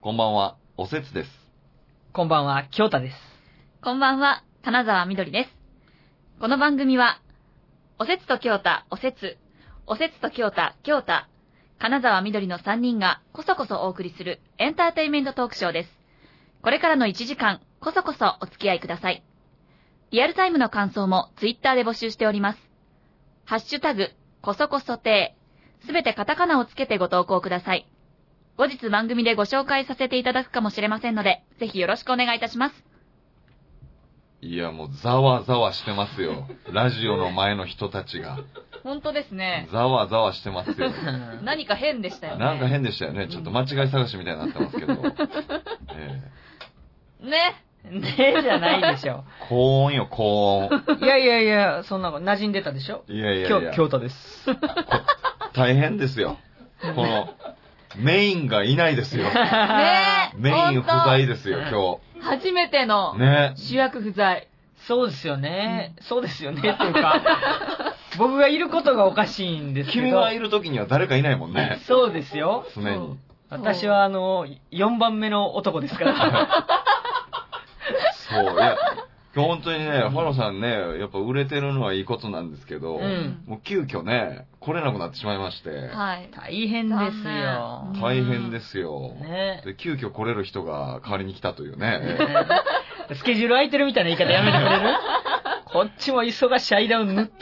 こんばんは、おせつです。 こんばんは、京太です。 こんばんは、金沢みどりです。この番組は、おせつと京太、おせつと京太、京太、金沢みどりの3人がこそこそお送りするエンターテインメントトークショーです。これからの1時間、こそこそお付き合いください。リアルタイムの感想もツイッターで募集しております。ハッシュタグ、こそこそてー、すべてカタカナをつけてご投稿ください。後日番組でご紹介させていただくかもしれませんので、ぜひよろしくお願いいたします。 いや、もうざわざわしてますよ。ラジオの前の人たちが。 本当ですね。 ざわざわしてますよ。 何か変でしたよね。 なんか変でしたよね。ちょっと間違い探しみたいになってますけど。 ね。 ねじゃないでしょ。 高音よ、高音。 いや、そんなの馴染んでたでしょ。 いや。 京太です。 大変ですよ。この、メインがいないですよ。 ねメイン不在ですよ、今日。初めての主役不在。 そうですよね。そうですよね。っていうか、僕がいることがおかしいんですけど。 君がいる時には誰かいないもんね。 そうですよ。 常に。 私は4番目の男ですから。 そう、いや、本当にね、ファロさんね、やっぱ売れてるのはいいことなんですけど、もう急遽ね、来れなくなってしまいまして。 はい。 大変ですよ。 大変ですよ。 ね。 で、急遽来れる人が代わりに来たというね。 スケジュール空いてるみたいな言い方やめてくれる？こっちも忙しい間を縫って、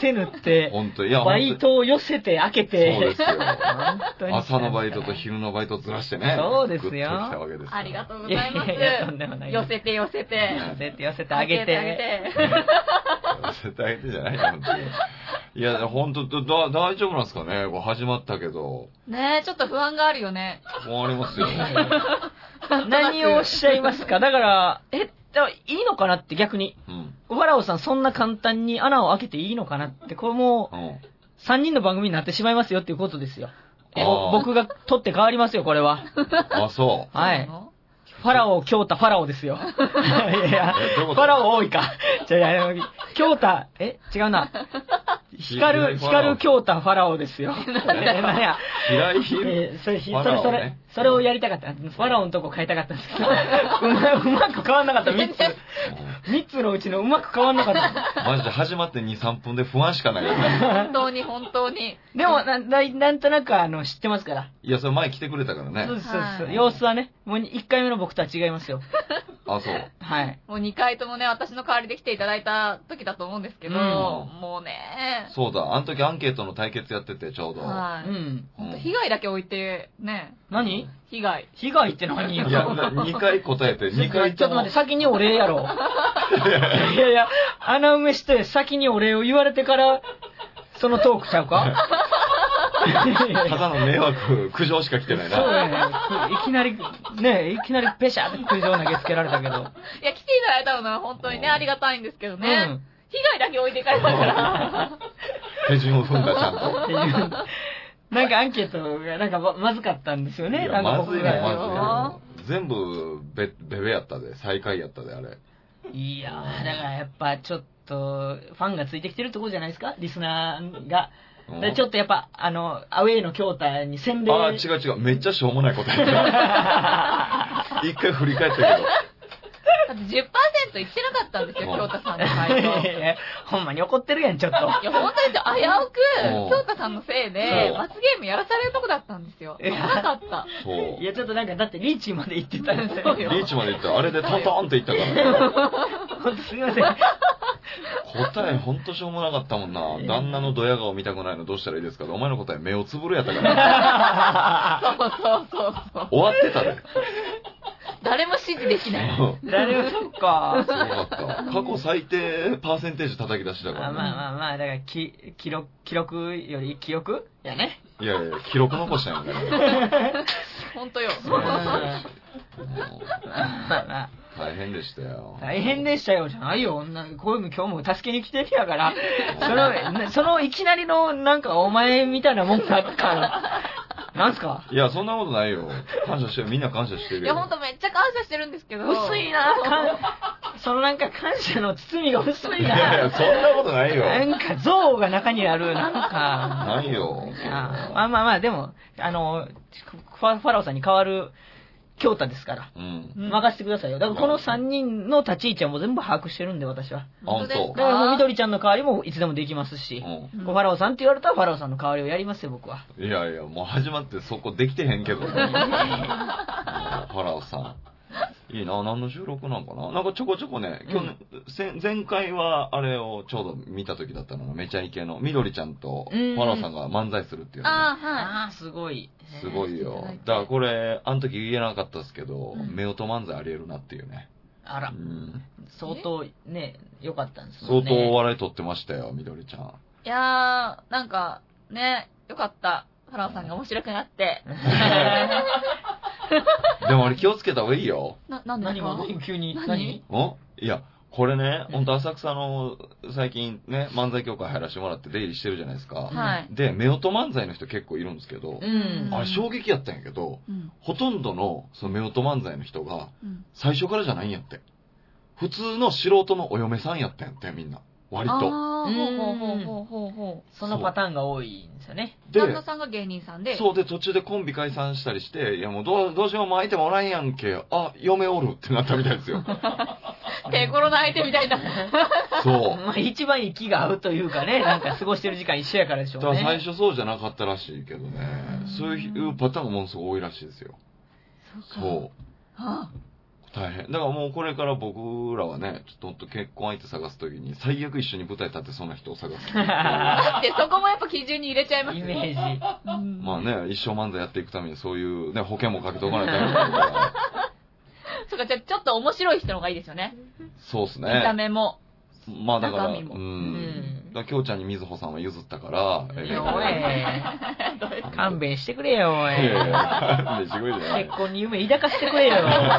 本当いやバイトを寄せて開けて。 そうですよ。 本当に朝のバイトと昼のバイトずらしてね。 そうですよ。 グッと来たわけです。 ありがとうございます。 とんでもない。 寄せて。 寄せてあげて。 寄せてあげてじゃないよ、本当に。いや、本当大丈夫なんですかね、こう始まったけど。 ねえ、ちょっと不安があるよね。 不安ありますよ。 何をおっしゃいますか？だから、いいのかなって逆に。ファラオさんそんな簡単に穴を開けていいのかなって、これもう、3人の番組になってしまいますよっていうことですよ。僕が取って変わりますよ、これは。 あ、そう。 はい。ファラオ、京太、ファラオですよ。いや、ファラオ多いか。京太、違うな。光る京太、ファラオですよ。何や。それをやりたかった。ファラオのとこ変えたかったんですけど、うまく変わんなかった、3つ。3つのうちのうまく変わんなかった。 マジで始まって2、3分で不安しかないよね。 本当に。 でも、なんとなく知ってますから。 いや、それ前来てくれたからね。 そうです。様子はね、もう1回目の僕とは違いますよ。 あ、そう。 はい。 もう2回ともね、私の代わりで来ていただいた時だと思うんですけど、もうね。 そうだ、あの時アンケートの対決やってて、ちょうど。 はい。被害だけ置いて、ね。 何？ 被害って何よ。 いや、2回答えて、2回ちょっと待って、先にお礼やろ。いや、穴埋めして先にお礼を言われてから、そのトークちゃうか？ ただの迷惑、苦情しか来てないな。 そうね。いきなりペシャって苦情投げつけられたけど。いや、 来ていただいたのは本当にね、ありがたいんですけどね。被害だけ置いていかれたから。 手順を踏んだ、ちゃんと。 なんかアンケートがなんかまずかったんですよね。なんかまずいね、まずい。全部ベベやったで、最下位やったで、あれ。 いやー、だからやっぱちょっと、ファンがついてきてるってことじゃないですか？リスナーが。ちょっとやっぱ、アウェイの京太に洗礼。 違う。めっちゃしょうもないことやった。一回振り返ったけど。 だって 10% 言ってなかったんですよ、京太さんの回答。 ほんまに怒ってるやん、ちょっと。いや、本当に危うく、京太さんのせいで、罰ゲームやらされるとこだったんですよ。危なかった。 そう。 いや、ちょっとなんか、だってリーチまで行ってたんですよ。 リーチまで行った。あれでトントンって行ったからね。 ほんとすみません。 答えほんとしょうもなかったもんな。旦那のドヤ顔見たくないのどうしたらいいですか？お前の答え目をつぶるやったから。 そう。 終わってたで。 誰も支持できない。 誰も、そっか。 すごかった。過去最低パーセンテージ叩き出しだからね。 まあ、だから、記録より記憶やね。 いや、記録残したんやから。 ほんとよ。 大変でしたよ。 大変でしたよ、じゃないよ。こういうの今日も助けに来てるやから。そのいきなりの、なんか、お前みたいなもんがあったから。なんすか？ いや、そんなことないよ。感謝してる。みんな感謝してるよ。 いや、ほんとめっちゃ感謝してるんですけど。 薄いなそのなんか感謝の包みが薄いな。 いや、そんなことないよ。 なんか像が中にある、なんか。 ないよ。 まあ、でも、ファラオさんに代わる京太ですから。任せてくださいよ。だからこの3人の立ち位置はもう全部把握してるんで、私は。 本当ですか？ だからもうみどりちゃんの代わりもいつでもできますし、ファラオさんって言われたらファラオさんの代わりをやりますよ、僕は。 いやいや、もう始まってそこできてへんけどね。ファラオさん。いいな、何の収録なんかな。なんかちょこちょこね、前回はあれをちょうど見た時だったのが、めちゃイケのみどりちゃんとファラオさんが漫才するっていうの、ね。 すごい。 すごいよ。だからこれ、あの時言えなかったですけど、夫婦漫才あり得るなっていうね。 あら。相当ね、良かったんですもんね。相当お笑い取ってましたよ、みどりちゃん。 いやー、なんか、ね、良かった。ファラオさんが面白くなって。 でもあれ気をつけた方がいいよ。 なんで急に。 何？いや、これね、ほんと浅草の最近ね、漫才協会入らせてもらって出入りしてるじゃないですか。 はい。 で、夫婦漫才の人結構いるんですけど、あれ衝撃やったんやけど、ほとんどのその夫婦漫才の人が、最初からじゃないんやって。普通の素人のお嫁さんやったんやって、みんな。割と。 そのパターンが多いんですよね。 で、旦那さんが芸人さんで。 そうで、途中でコンビ解散したりして、いやもうどうしようも相手もおらんやんけ。あ、嫁おるってなったみたいですよ。 手頃な相手みたいな。 そう。 まあ一番息が合うというかね、なんか過ごしてる時間一緒やからでしょうね。 だから最初そうじゃなかったらしいけどね。そういうパターンがものすごい多いらしいですよ。そう。大変。だからもうこれから僕らはね、ちょっと結婚相手探すときに、最悪一緒に舞台立ってその人を探す。 だってそこもやっぱ基準に入れちゃいますイメージ。 まあね、一生漫才やっていくためにそういうね、保険もかけておかないといけないから。 そうか、じゃあちょっと面白い人の方がいいですよね。 そうですね。 見た目も。 まあだから、だからきょうちゃんにみずほさんは譲ったから、 勘弁してくれよ、おい。 勘弁してくれよ。 結婚に夢抱かせてくれよ。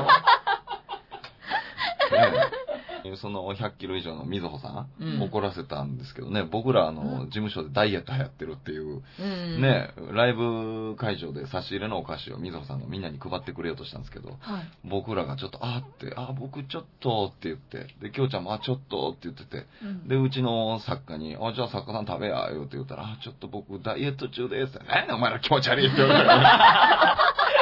その100キロ以上のみずほさん、怒らせたんですけどね、僕ら事務所でダイエット流行ってるっていう、ね、ライブ会場で差し入れのお菓子をみずほさんがみんなに配ってくれようとしたんですけど、僕らがちょっと、僕ちょっとって言って、で、きょうちゃんもちょっとって言ってて、で、うちの作家に、じゃあ作家さん食べやよって言ったら、ちょっと僕ダイエット中ですって、お前ら気持ち悪いって言うから。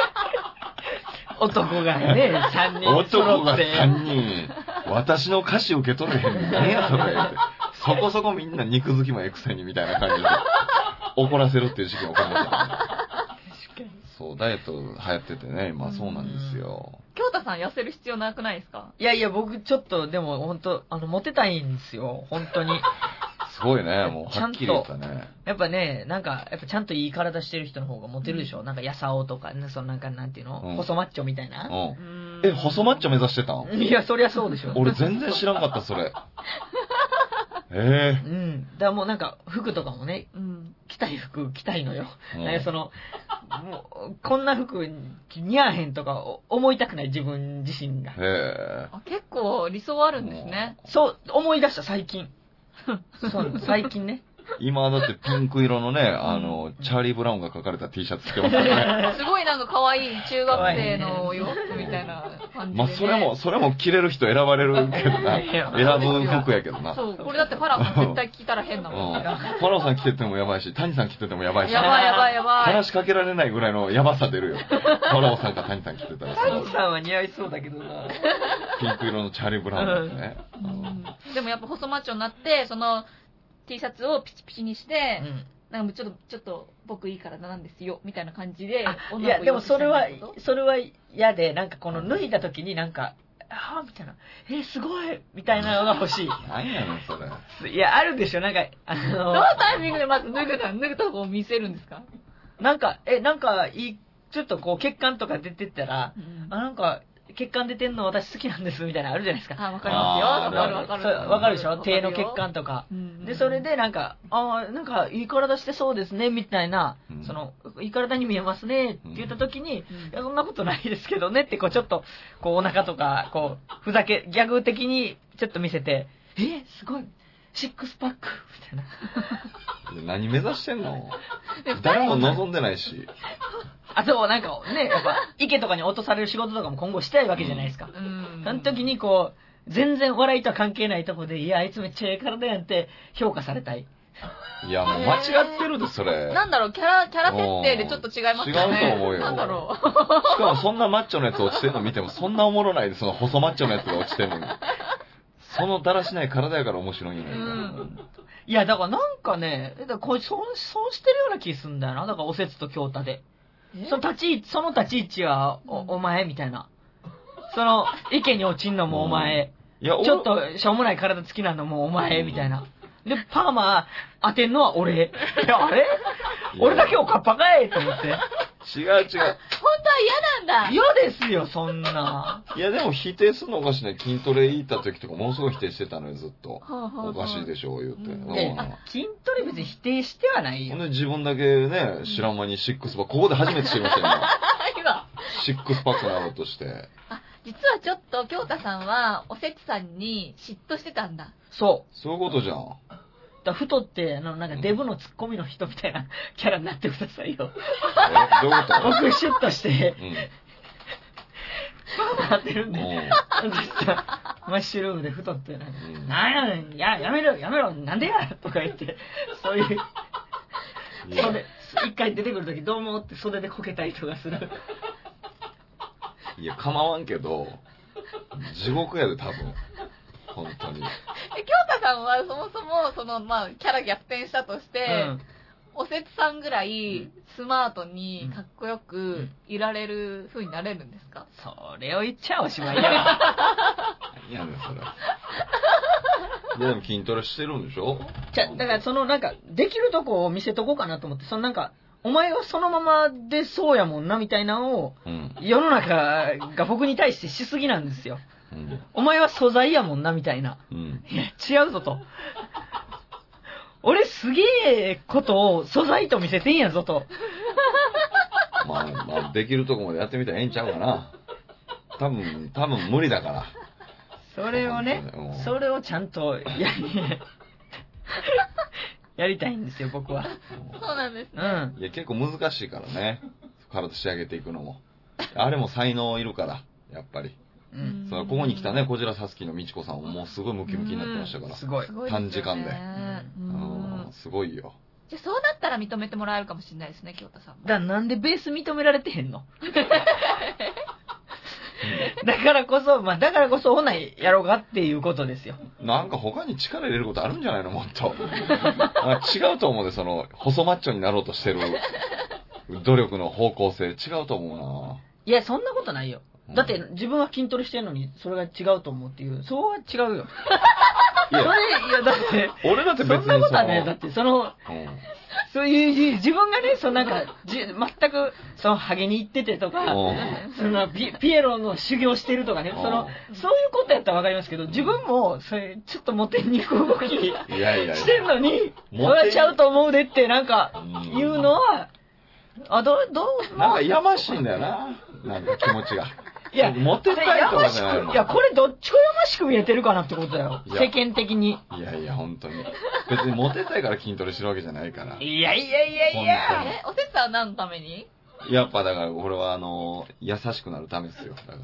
男がね、3人男が3人。私の歌詞受け取れへん。何やそれって。そこそこみんな肉好きもエクセにみたいな感じで怒らせるっていう時期が起こりましたね。そう、ダイエット流行っててね、今そうなんですよ。 京太さん痩せる必要なくないですか？ いやいや、僕ちょっとでも本当モテたいんですよ、本当に。 すごいね、もうはっきり言ったね。 やっぱね、なんか、やっぱちゃんといい体してる人の方がモテるでしょ。なんか、やさおとか、ね、そのなんか、なんていうの、細マッチョみたいな。 細マッチョ目指してたん？ いや、そりゃそうでしょ。 俺全然知らんかった、それ。 だからもうなんか、服とかもね、着たい服着たいのよ。その、もう、こんな服似合わへんとか思いたくない、自分自身が。 結構理想あるんですね。 そう、思い出した、最近。そう最近ね。 今だってピンク色のね、チャーリー・ブラウンが書かれた T シャツ着てますからね。 すごいなんか可愛い中学生の洋服みたいな感じで、ね。 まあそれも着れる人選ばれるけどな。選ぶ服やけどな。 そう、これだってファラオさん絶対着たら変なもん。 ファラオさん着ててもやばいし、谷さん着ててもやばいし。 やばい。 話しかけられないぐらいのやばさ出るよ。ファラオさんか谷さん着てたら。 谷さんは似合いそうだけどな。 ピンク色のチャーリー・ブラウンだってね。 でもやっぱ細マッチョになって、その、T シャツをピチピチにして、なんかちょっと僕いい体なんですよみたいな感じで。 いやでもそれは嫌で、なんかこの脱いだ時になんかみたいな、すごいみたいなのが欲しい。 何やねんそれ。 いやあるでしょ、なんかどのタイミングでまず脱ぐとこを見せるんですか？ なんかちょっとこう血管とか出てったら、なんか血管出てんの私好きなんですみたいなのあるじゃないですか。 わかりますよ。 わかるでしょ、手の血管とか。で、それでなんか、なんかいい体してそうですね、みたいな、その、いい体に見えますね、って言った時に、いや、そんなことないですけどね、って、こうちょっと、こうお腹とか、こう、ギャグ的にちょっと見せて、すごい、シックスパックみたいな。何目指してんの？誰も望んでないし。 そう、なんかね、やっぱ、池とかに落とされる仕事とかも今後したいわけじゃないですか。その時にこう、全然笑いとは関係ないとこで、いや、あいつめっちゃええ体やんって評価されたい。 いや、もう間違ってるで、それ。 なんだろう、キャラ設定でちょっと違いますよね。 違うと思うよ。 なんだろう。 しかもそんなマッチョのやつ落ちてるの見てもそんなおもろないで、その細マッチョのやつが落ちてるのに。そのだらしない体やから面白いんやないか。 いや、だからなんかね、だからこれ損してるような気すんだよな。だからおせつと京太で。その立ち位置はお前みたいな。その池に落ちんのもお前。いや、ちょっとしょうもない体つきなのもお前みたいな。で、パーマ当てんのは俺。いや、あれ俺だけおかっぱかいと思って。 違う。 本当は嫌なんだ。 嫌ですよ、そんな。 いや、でも否定するのおかしいね。筋トレ行った時とかものすごい否定してたのよ、ずっと。おかしいでしょ、言って。 筋トレ別に否定してはないよ。 ほんで自分だけね、知らん間にシックスパック、ここで初めて知りましたよ、今。シックスパックになろうとして。 実はちょっと、京太さんは、おせつさんに嫉妬してたんだ。 そう。 そういうことじゃん。 だ太って、なんかデブのツッコミの人みたいなキャラになってくださいよ。 どういうこと僕シュッとして、パーマ当てるんで、マッシュルームで太って、なんやねん、やめろ、なんでやとか言って、そういう、袖、一回出てくるときどうもって袖でこけたりとかする。 いや、構わんけど、地獄やで、多分。本当に。 京太さんはそもそも、キャラ逆転したとして、おせつさんぐらいスマートにかっこよくいられる風になれるんですか？ それを言っちゃおしまいや。 何やねん、それ。でも筋トレしてるんでしょ？ だからなんか、できるとこを見せとこうかなと思って、なんか、お前はそのままでそうやもんなみたいなのを、世の中が僕に対してしすぎなんですよ。お前は素材やもんなみたいな。いや、違うぞと。俺すげえことを素材と見せてんやぞと。 まあ、できるとこまでやってみたらええんちゃうかな。多分無理だから。 それをね、それをちゃんとやりたいんですよ、僕は。 そうなんですね。 いや、結構難しいからね。体仕上げていくのも。あれも才能いるから、やっぱり。ここに来たね、こじらさつきのみちこさんももうすごいムキムキになってましたから。 すごい。 短時間で。すごいよ。 じゃあそうなったら認めてもらえるかもしれないですね、京太さん。 なんでベース認められてへんの？だからこそほなやろうかっていうことですよ。 なんか他に力入れることあるんじゃないのもっと。違うと思うで、細マッチョになろうとしてる努力の方向性、違うと思うな。 いや、そんなことないよ。だって自分は筋トレしてるのにそれが違うと思うっていう、そうは違うよ。いや、だって、 俺だって別にそんなことはね、だってそういう、自分がね、なんか、全く、ハゲに行っててとか、ピエロの修行してるとかね、そういうことやったらわかりますけど、自分も、ちょっとモテに行く動きしてんのに、そうやっちゃうと思うでって、なんか、言うのは、 なんかやましいんだよな、なんか気持ちが。いや、モテたいとかじゃないの。 いや、これどっちがやましく見えてるかなってことだよ。世間的に。 いや、本当に。別にモテたいから筋トレしてるわけじゃないから。 いや。 おせつさんは何のために？ やっぱだから、俺は優しくなるためですよ。だから。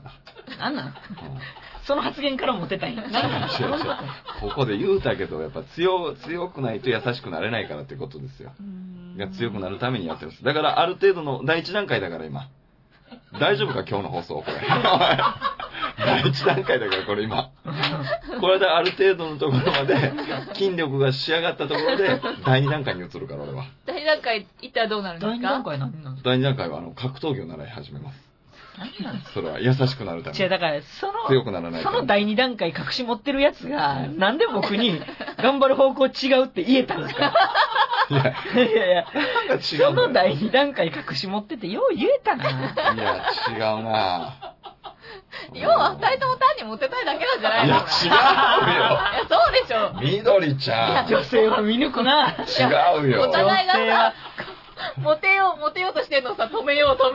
なんなん？その発言からモテたい。違う。 ここで言うたけど、やっぱ強くないと優しくなれないからってことですよ。が強くなるためにやってます。だからある程度の第一段階だから今。大丈夫か今日の放送これ。第一段階だからこれ今。これである程度のところまで筋力が仕上がったところで第二段階に移るから俺は。 第二段階行ったらどうなるんですか？ 第二段階何なの？ 第二段階は格闘技を習い始めます。それは優しくなるために。 違う、だから強くならないその第二段階隠し持ってるやつが、なんで僕に頑張る方向違うって言えたんですか？いや、 なんか違う。 その第二段階隠し持っててよう言えたな。 いや、違うな。 要は二人とも単にモテたいだけなんじゃないの？ いや、違うよ。 いや、そうでしょ。 みどりちゃん。 女性は見抜くな。 違うよ。 お互いがさ、モテようとしてんのさ、止めようって。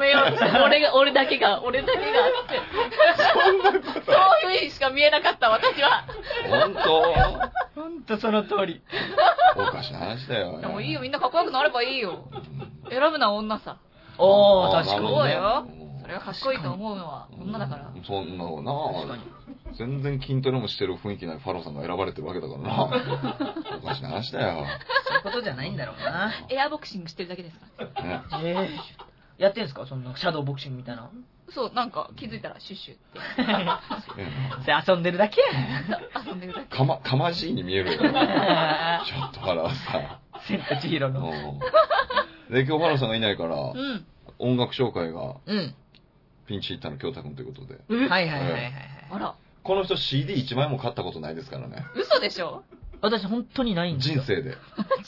俺だけがって。 そんなこと。 そういう風にしか見えなかった私は。 ほんとその通り。 おかしな話だよ。 でもいいよ、みんなかっこよくなればいいよ。選ぶな女さ。 確かに。 そうよ。それはかっこいいと思うのは女だから。 そんなのな。確かに。 全然筋トレもしてる雰囲気ないファローさんが選ばれてるわけだからな。おかしな話だよ。 そういうことじゃないんだろうな。 エアボクシングしてるだけですか？ ね、 やってんすかそんなシャドーボクシングみたいな。 そう、なんか気づいたらシュッシュって。 それ遊んでるだけや。 遊んでるだけ。 かまじいに見えるよ。ちょっとファローさん。 千と千尋の。 で、今日ファローさんがいないから、音楽紹介が、ピンチヒッターの京太くんということで。 はいはいはいはい。 あら。 この人 CD1 枚も買ったことないですからね。 嘘でしょ？ 私本当にないんですよ。 人生で。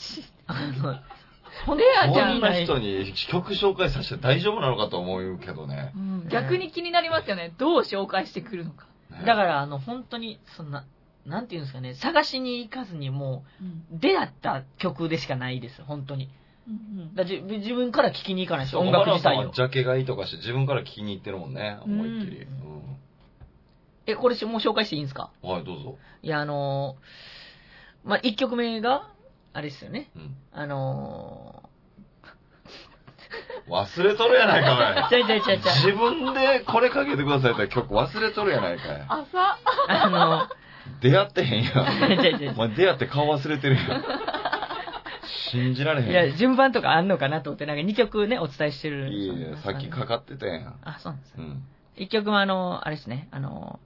レアじゃん。 こんな人に曲紹介させて大丈夫なのかと思うけどね。 逆に気になりますよね。どう紹介してくるのか。 だから本当にそんな、なんていうんですかね、探しに行かずにもう、出会った曲でしかないです、本当に。だ自分から聴きに行かないし、音楽自体を。 ジャケ買いとかして自分から聴きに行ってるもんね、思いっきり。 これもう紹介していいんですか？ はい、どうぞ。 いや、まあ、1曲目が、あれですよね。 忘れとるやないか、おい。 自分でこれかけてくださいって曲忘れとるやないかい。 朝出会ってへんやん。お前出会って顔忘れてるやん。信じられへん。 いや、順番とかあんのかなと思って、なんか2曲ね、お伝えしてる。 いいね、さっきかかってたやん。 あ、そうなんですね。1曲目あれですね、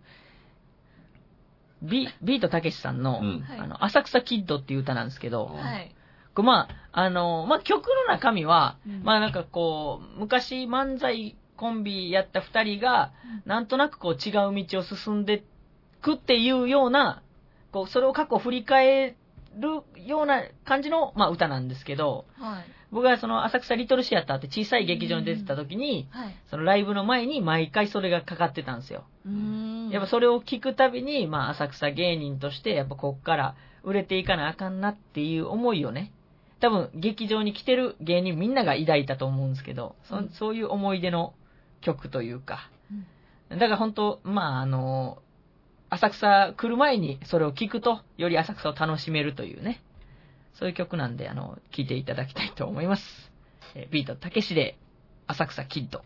ビートたけしさんの、浅草キッドっていう歌なんですけど、曲の中身は、なんかこう、昔漫才コンビやった2人が、なんとなくこう違う道を進んでくっていうような、こう、それを過去振り返るような感じの、歌なんですけど、僕はその浅草リトルシアターって小さい劇場に出てた時に、そのライブの前に毎回それがかかってたんですよ。やっぱそれを聞くたびに、浅草芸人としてやっぱこっから売れていかなあかんなっていう思いをね、多分劇場に来てる芸人みんなが抱いたと思うんですけど、そういう思い出の曲というか、だから本当、浅草来る前にそれを聞くと、より浅草を楽しめるというね、そういう曲なんで、聴いていただきたいと思います。ビートたけしで、浅草キッド。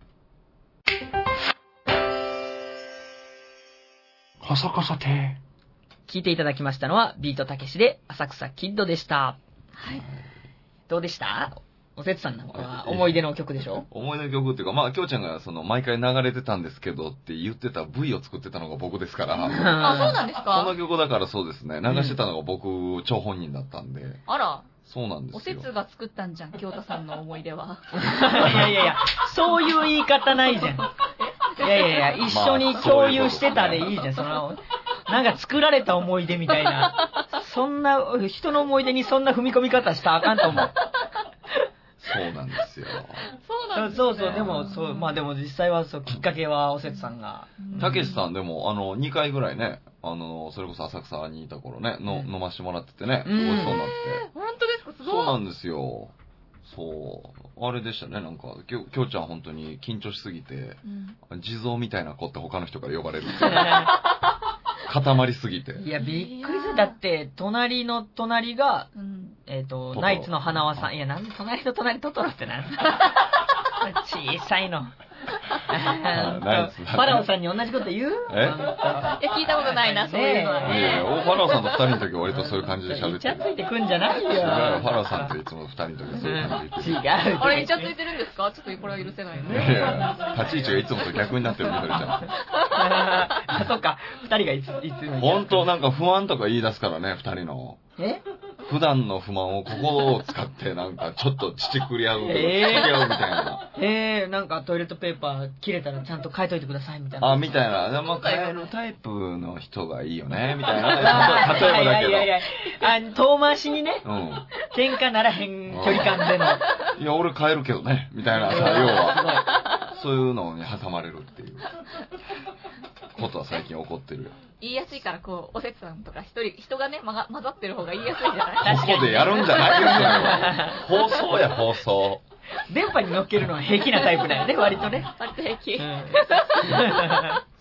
カサカサて。 聴いていただきましたのは、ビートたけしで、浅草キッドでした。はい。どうでした？おせつさんなんかは思い出の曲でしょ？ 思い出の曲っていうか、きょうちゃんが毎回流れてたんですけどって言ってた V を作ってたのが僕ですから。 あ、そうなんですか？ この曲だからそうですね。流してたのが僕、張本人だったんで。 あら。 そうなんですよ。 おせつが作ったんじゃん、京太さんの思い出は。 いや、そういう言い方ないじゃん。いや、一緒に共有してたでいいじゃん。なんか作られた思い出みたいな。そんな、人の思い出にそんな踏み込み方したらあかんと思う。 そうなんですよ。 そうなんですね。そう、でも、でも実際はきっかけはおせつさんが。 たけしさんでも、2回ぐらいね、それこそ浅草にいた頃ね、飲ましてもらっててね、すごいそうになって。 本当ですか？すごい。 そうなんですよ。そう。あれでしたね、なんか、きょうちゃん本当に緊張しすぎて、地蔵みたいな子って他の人から呼ばれるって。固まりすぎて。 いや、びっくりする。だって、隣の隣が、ナイツの花輪さん。いや、なんで隣の隣トトロってなん小さいの。ファラオさんに同じこと言う？ いや、聞いたことないな、そういうのはね。 ファラオさんと二人の時は割とそういう感じで喋ってる。 イチャついてくんじゃないよ。 ファラオさんといつも二人の時はそういう感じで言ってる。 違う。 あれ、イチャついてるんですか？ちょっとこれは許せないね。 いや、立ち位置がいつもと逆になってるみたいじゃん。 あ、そっか。二人がいつも。 本当なんか不安とか言い出すからね、二人の。普段の不満をここを使ってなんかちょっと乳くり合う、みたいな。なんかトイレットペーパー切れたらちゃんと変えといてくださいみたいな。 あ、みたいな。でも変えるタイプの人がいいよね、みたいな。例えばだけど。 いや、遠回しにね。喧嘩ならへん距離感での。 いや、俺変えるけどね、みたいなさ、要は。そういうのに挟まれるっていうことは最近起こってるよ。 言いやすいから、おせつさんとか人がね、混ざってる方が言いやすいじゃない？ ここでやるんじゃないよ、放送や、放送。 電波に乗っけるのは平気なタイプだよね、割とね。 割と平気。 そう。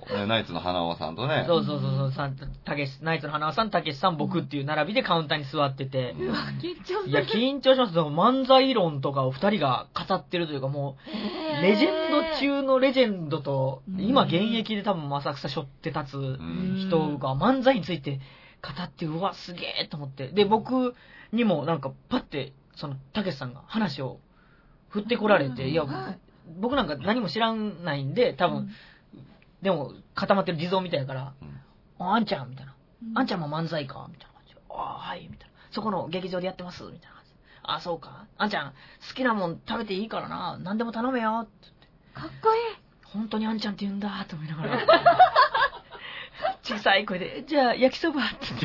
ナイツの花輪さんとね。 そうそうそうそう、ナイツの花輪さん、たけしさん、僕っていう並びでカウンターに座ってて。 うわ、緊張する。 いや、緊張します。漫才論とかを二人が語ってるというか、もう、レジェンド中のレジェンドと、今現役で多分浅草背負って立つ人が漫才について語って、うわ、すげえと思って。で、僕にもなんか、パッて、たけしさんが話を振ってこられて、いや、僕なんか何も知らないんで、多分、でも固まってる地蔵みたいだから、あんちゃんみたいな。あんちゃんも漫才かみたいな感じで。はい、みたいな。そこの劇場でやってますみたいな感じで。あ、そうか。あんちゃん、好きなもん食べていいからな。何でも頼めよ。って言って。 かっこいい。 本当にあんちゃんって言うんだ、と思いながら。小さい声で、じゃあ焼きそばって言って。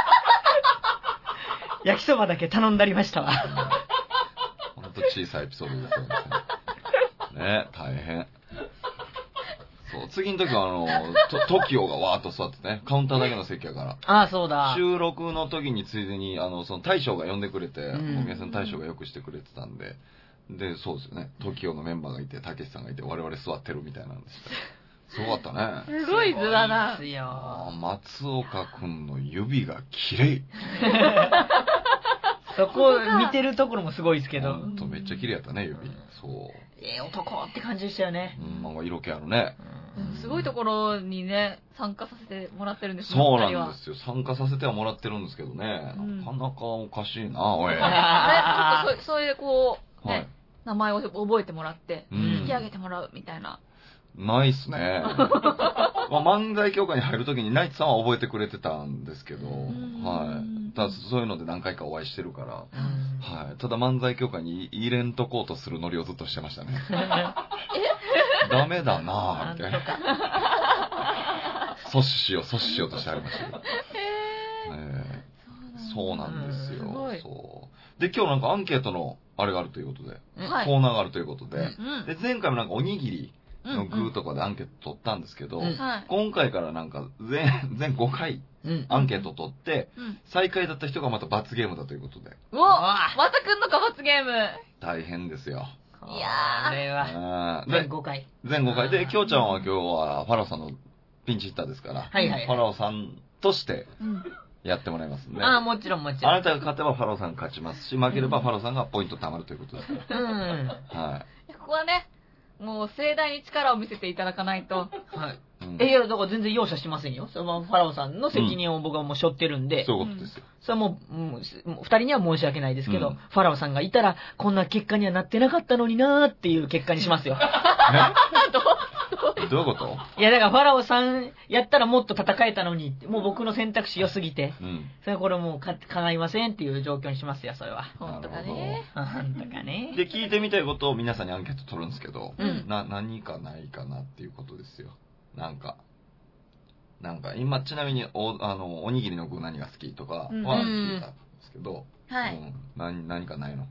焼きそばだけ頼んだりましたわ。 ほんと小さいエピソードですよね。ね、大変。そう、次の時はTOKIO がわーっと座ってね、カウンターだけの席やから。 ああ、そうだ。 収録の時についでに、その大将が呼んでくれて、お客さん大将がよくしてくれてたんで、で、そうですよね、TOKIO のメンバーがいて、たけしさんがいて、我々座ってるみたいなんでした。すごかったね。 すごい図だな。 ですよ。 松岡くんの指が綺麗。 そこ見てるところもすごいですけど。 ほんとめっちゃ綺麗やったね、指。そう。 男って感じでしたよね。 なんか色気あるね。 すごいところにね、参加させてもらってるんですね。 そうなんですよ。参加させてはもらってるんですけどね。なかなかおかしいな、おい。 そういうこう、ね、名前を覚えてもらって、引き上げてもらうみたいな。 ないっすね。漫才協会に入るときにナイツさんは覚えてくれてたんですけど、はい。ただそういうので何回かお会いしてるから、はい。ただ漫才協会に入れんとこうとするノリをずっとしてましたね。ダメだなぁ、みたいな。阻止しようとしてありましたけど。そうなんですよ。そう。で、今日なんかアンケートのあれがあるということで、コーナーがあるということで、で、前回もなんかおにぎりの具とかでアンケート取ったんですけど、今回からなんか全5回アンケート取って、最下位だった人がまた罰ゲームだということで。 うわまた来んのか罰ゲーム。 大変ですよ。 いやー。 これは。全5回。 全5回。で、きょうちゃんは今日はファラオさんのピンチヒッターですから、ファラオさんとしてやってもらいますんで。 ああ、もちろんもちろん。 あなたが勝てばファラオさんが勝ちますし、負ければファラオさんがポイント貯まるということですから。 はい。ここはね、もう盛大に力を見せていただかないと。 はい。いや、だから全然容赦しませんよ。そのファラオさんの責任を僕はもう背負ってるんで。 そういうことですよ。 それはもう、二人には申し訳ないですけど、ファラオさんがいたら、こんな結果にはなってなかったのになーっていう結果にしますよ。 どういうこと？ いや、だからファラオさんやったらもっと戦えたのに、もう僕の選択肢良すぎて、それはこれもう叶いませんっていう状況にしますよ、それは。 本当かね。 本当かね。 で、聞いてみたいことを皆さんにアンケート取るんですけど、何かないかなっていうことですよ。なんか、今ちなみにおにぎりの具何が好きとかは聞いたんですけど、何かないの？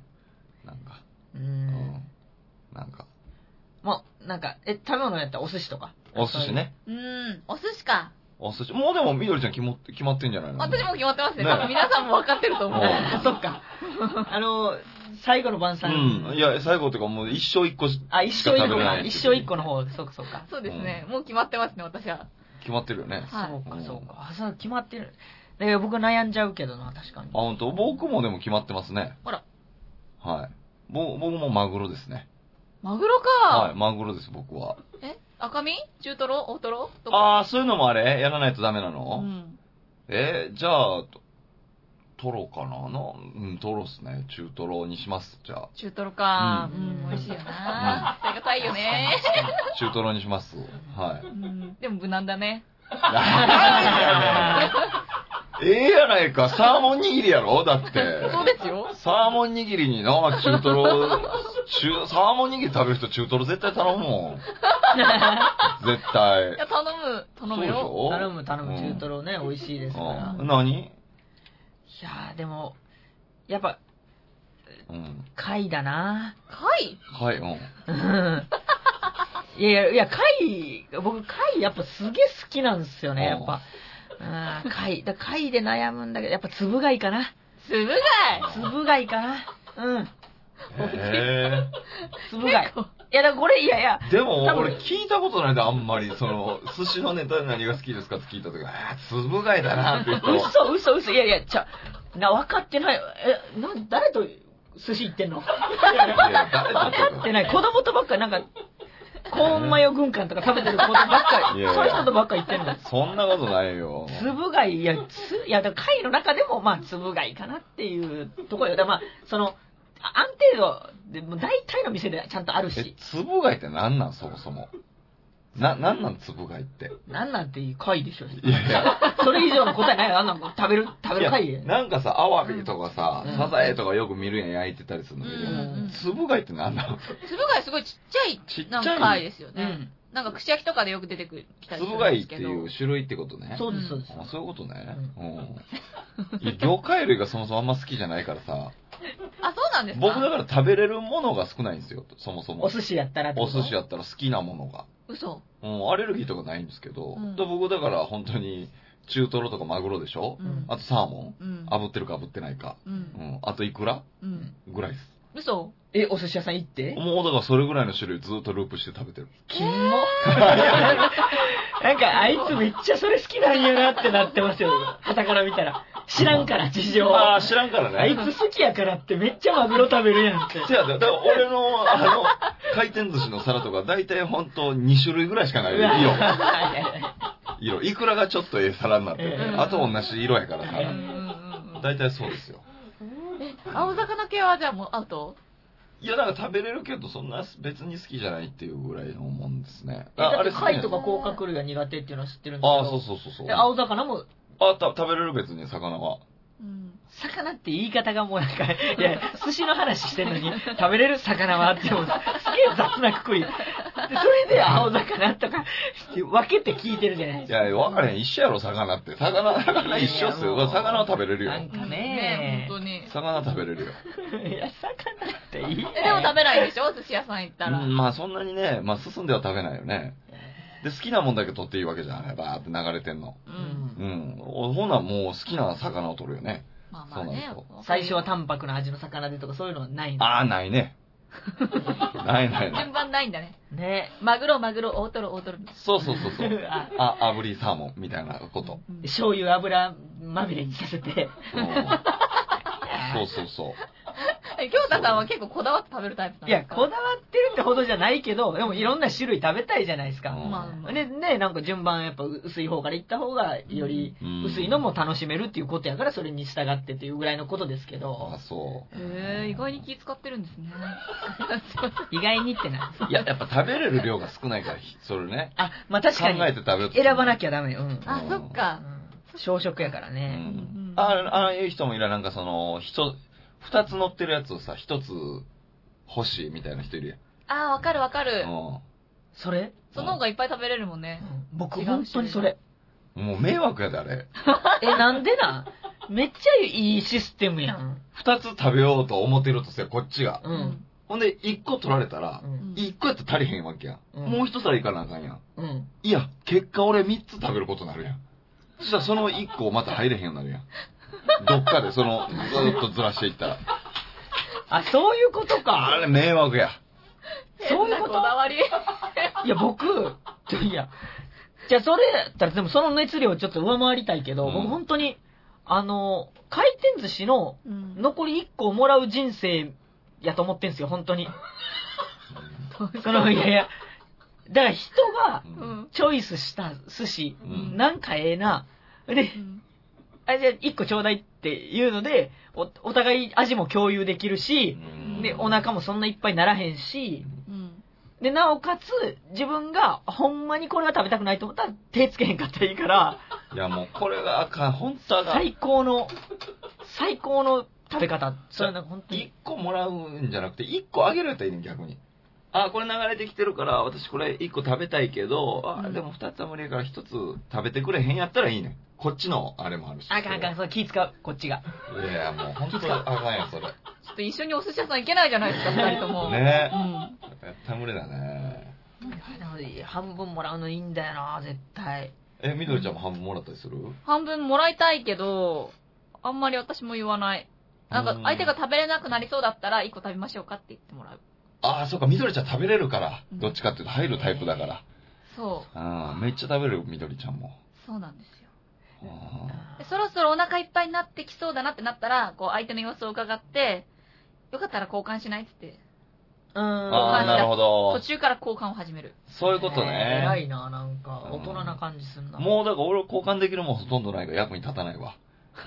なんか。 もう、食べ物やったらお寿司とか。 お寿司ね。 お寿司か。 お寿司。もうでも、みどりちゃん決まってんじゃないの？ 私も決まってますね。多分皆さんも分かってると思う。 そっか。最後の晩餐。 いや、最後っていうかもう一生一個しか食べれない。 一生一個の方、そうかそうか。 そうですね。もう決まってますね、私は。 決まってるよね。 そうか。そう、決まってる。僕悩んじゃうけどな、確かに。 本当？僕もでも決まってますね。 あら。 はい。僕もマグロですね。 マグロか。 はい、マグロです、僕は。 赤身？中トロ？大トロ？ そういうのもやらないとダメなの？じゃあ、トロかな？トロっすね。中トロにします、じゃあ。 中トロか。美味しいよな。ありがたいよね。 中トロにします。はい。 でも無難だね。 やないか、サーモン握りやろ？だって。 そうですよ。 サーモン握りにな、中トロ、サーモン握り食べる人中トロ絶対頼むもん。絶対。 いや、頼むよ。 頼む、中トロね、美味しいですから。 何？ いやー、でも、やっぱ、貝だな。 貝？ いや、僕貝やっぱすげえ好きなんですよね、やっぱ。貝で悩むんだけど、やっぱつぶ貝かな。 つぶ貝かな。つぶ貝。 結いや、だからこれ、いやいや。 でも、俺聞いたことないんだ、あんまり。寿司のネタで何が好きですかって聞いたとき、つぶ貝だなって言うと。 嘘。いやいや、分かってない。誰と寿司行ってんの？分かってない。子供とばっかり、コーンマヨ軍艦とか食べてる子ばっかり、そういう人とばっかり言ってんの。 そんなことないよ。 つぶ貝、いや、だから貝の中でも、まあ、つぶ貝かなっていうところよ。だからまあ、安定度で、もう大体の店でちゃんとあるし。 つぶ貝って何なん、そもそも。なんなんつぶ貝って。 なんなんていう貝でしょ。 いやいや。 それ以上の答えないよ。食べる貝で。 なんかさ、アワビとかさ、サザエとかよく見るやん、焼いてたりするのに。つぶ貝って何なの？ つぶ貝すごいちっちゃいなんか貝ですよね。なんか串焼きとかでよく出てきたりするんですけど。 つぶ貝っていう種類ってことね。 そうです。 そういうことね。いや、魚介類がそもそもあんま好きじゃないからさ。 あ、そうなんですか？ 僕だから食べれるものが少ないんですよ、そもそも。 お寿司やったらお寿司やったら好きなものが。 嘘。 アレルギーとかないんですけど、僕だから本当に中トロとかマグロでしょ、あとサーモン、炙ってるか炙ってないか、あとイクラ、ぐらいです。 嘘？ お寿司屋さん行って？ もうだからそれぐらいの種類ずっとループして食べてる。 キモ。なんかあいつめっちゃそれ好きなんやなってなってますよ。傍から見たら。知らんから事情。 ああ、知らんからね。 あいつ好きやからってめっちゃマグロ食べるやんって。 違う、だから俺の回転寿司の皿とか大体ほんと2種類ぐらいしかないよ。色。いくらがちょっと皿になってる。あと同じ色やからさ。大体そうですよ。 青魚系はじゃあもうアウト？ いや、なんか食べれるけど、そんな別に好きじゃないっていうぐらいのもんですね。 あれ、貝とか甲殻類が苦手っていうのは知ってるんですけど。 ああ、そう。 青魚も。 食べれる別に魚は。 魚って言い方がもうなんか、いや、寿司の話してんのに、食べれる魚はあっても、すげえ雑なくくり。で、それで青魚とか、分けて聞いてるじゃないですか。 いや、分かれへん。一緒やろ、魚って。魚一緒っすよ。魚は食べれるよ。 なんかね、 本当に。 魚食べれるよ。 いや、魚っていい。 でも食べないでしょ、寿司屋さん行ったら。 まあそんなにね、進んでは食べないよね。で、好きなもんだけ取っていいわけじゃない。バーって流れてんの。ほな、もう好きな魚を取るよね。 まあね。 最初は淡白な味の魚でとかそういうのはないの？ ああ、ないね。ない。 順番ないんだね。 ね。 マグロ、大トロ。 そう。炙りサーモンみたいなこと。 醤油油まみれにさせて。 そう。 京太さんは結構こだわって食べるタイプなんですか？いや、こだわってるってほどじゃないけど、でもいろんな種類食べたいじゃないですか。で、ね、なんか順番やっぱ薄い方からいった方がより薄いのも楽しめるっていうことやから、それに従ってっていうぐらいのことですけど。 あ、そう。 意外に気使ってるんですね。 意外にってな。 いや、やっぱ食べれる量が少ないから、それね。 あ、まあ確かに。 考えて食べようと選ばなきゃダメよ。 あ、そっか。 小食やからね。 ああいう人もいる。なんか二つ乗ってるやつをさ、一つ欲しいみたいな人いるやん。 ああ、わかる。 それ？ その方がいっぱい食べれるもんね。 僕、本当にそれ。 もう迷惑やで、あれ。 なんでな？めっちゃいいシステムやん。 二つ食べようと思ってるとせ、こっちが。ほんで、一個取られたら、一個やったら足りへんわけやん。もう一皿いかなあかんやん。いや、結果俺三つ食べることになるやん。そしたらその一個また入れへんようになるやん。どっかでずっとずらしていったら。 あ、そういうことか。 あれ迷惑や。 そういうこだわり。 いや、僕、いや、じゃあそれやったら、でもその熱量をちょっと上回りたいけど、僕本当に、回転寿司の残り1個をもらう人生やと思ってんすよ、本当に。いや、だから人がチョイスした寿司、なんかええな。で、じゃあ1個ちょうだいっていうので、お互い味も共有できるし、で、お腹もそんないっぱいならへんし、で、なおかつ、自分がほんまにこれが食べたくないと思ったら手つけへんかったらいいから、 いやもうこれがあかん、本当は最高の食べ方。それはなんか本当に。 1個もらうんじゃなくて、1個あげるやったらいいねん、逆に。あ、これ流れてきてるから、私これ1個食べたいけど、でも2つは無理やから1つ食べてくれへんやったらいいねん。こっちのあれもあるし。 あかん、それ気使う、こっちが。 いや、もう本当にあかんやん、それ。 ちょっと一緒にお寿司屋さん行けないじゃないですか、2人とも。 ねえ。やった無理だね。 半分もらうのいいんだよな、絶対。 みどりちゃんも半分もらったりする？ 半分もらいたいけど、あんまり私も言わない。なんか相手が食べれなくなりそうだったら1個食べましょうかって言ってもらう。 ああ、そうか、みどりちゃん食べれるから。どっちかっていうと入るタイプだから。 そう。 めっちゃ食べる、みどりちゃんも。 そうなんですよ。そろそろお腹いっぱいになってきそうだなってなったら、こう相手の様子を伺って、よかったら交換しないっつって。 ああ、なるほど。 途中から交換を始める。 そういうことね。 偉いな、なんか、大人な感じすんな。 もうだから俺交換できるもんほとんどないから役に立たないわ。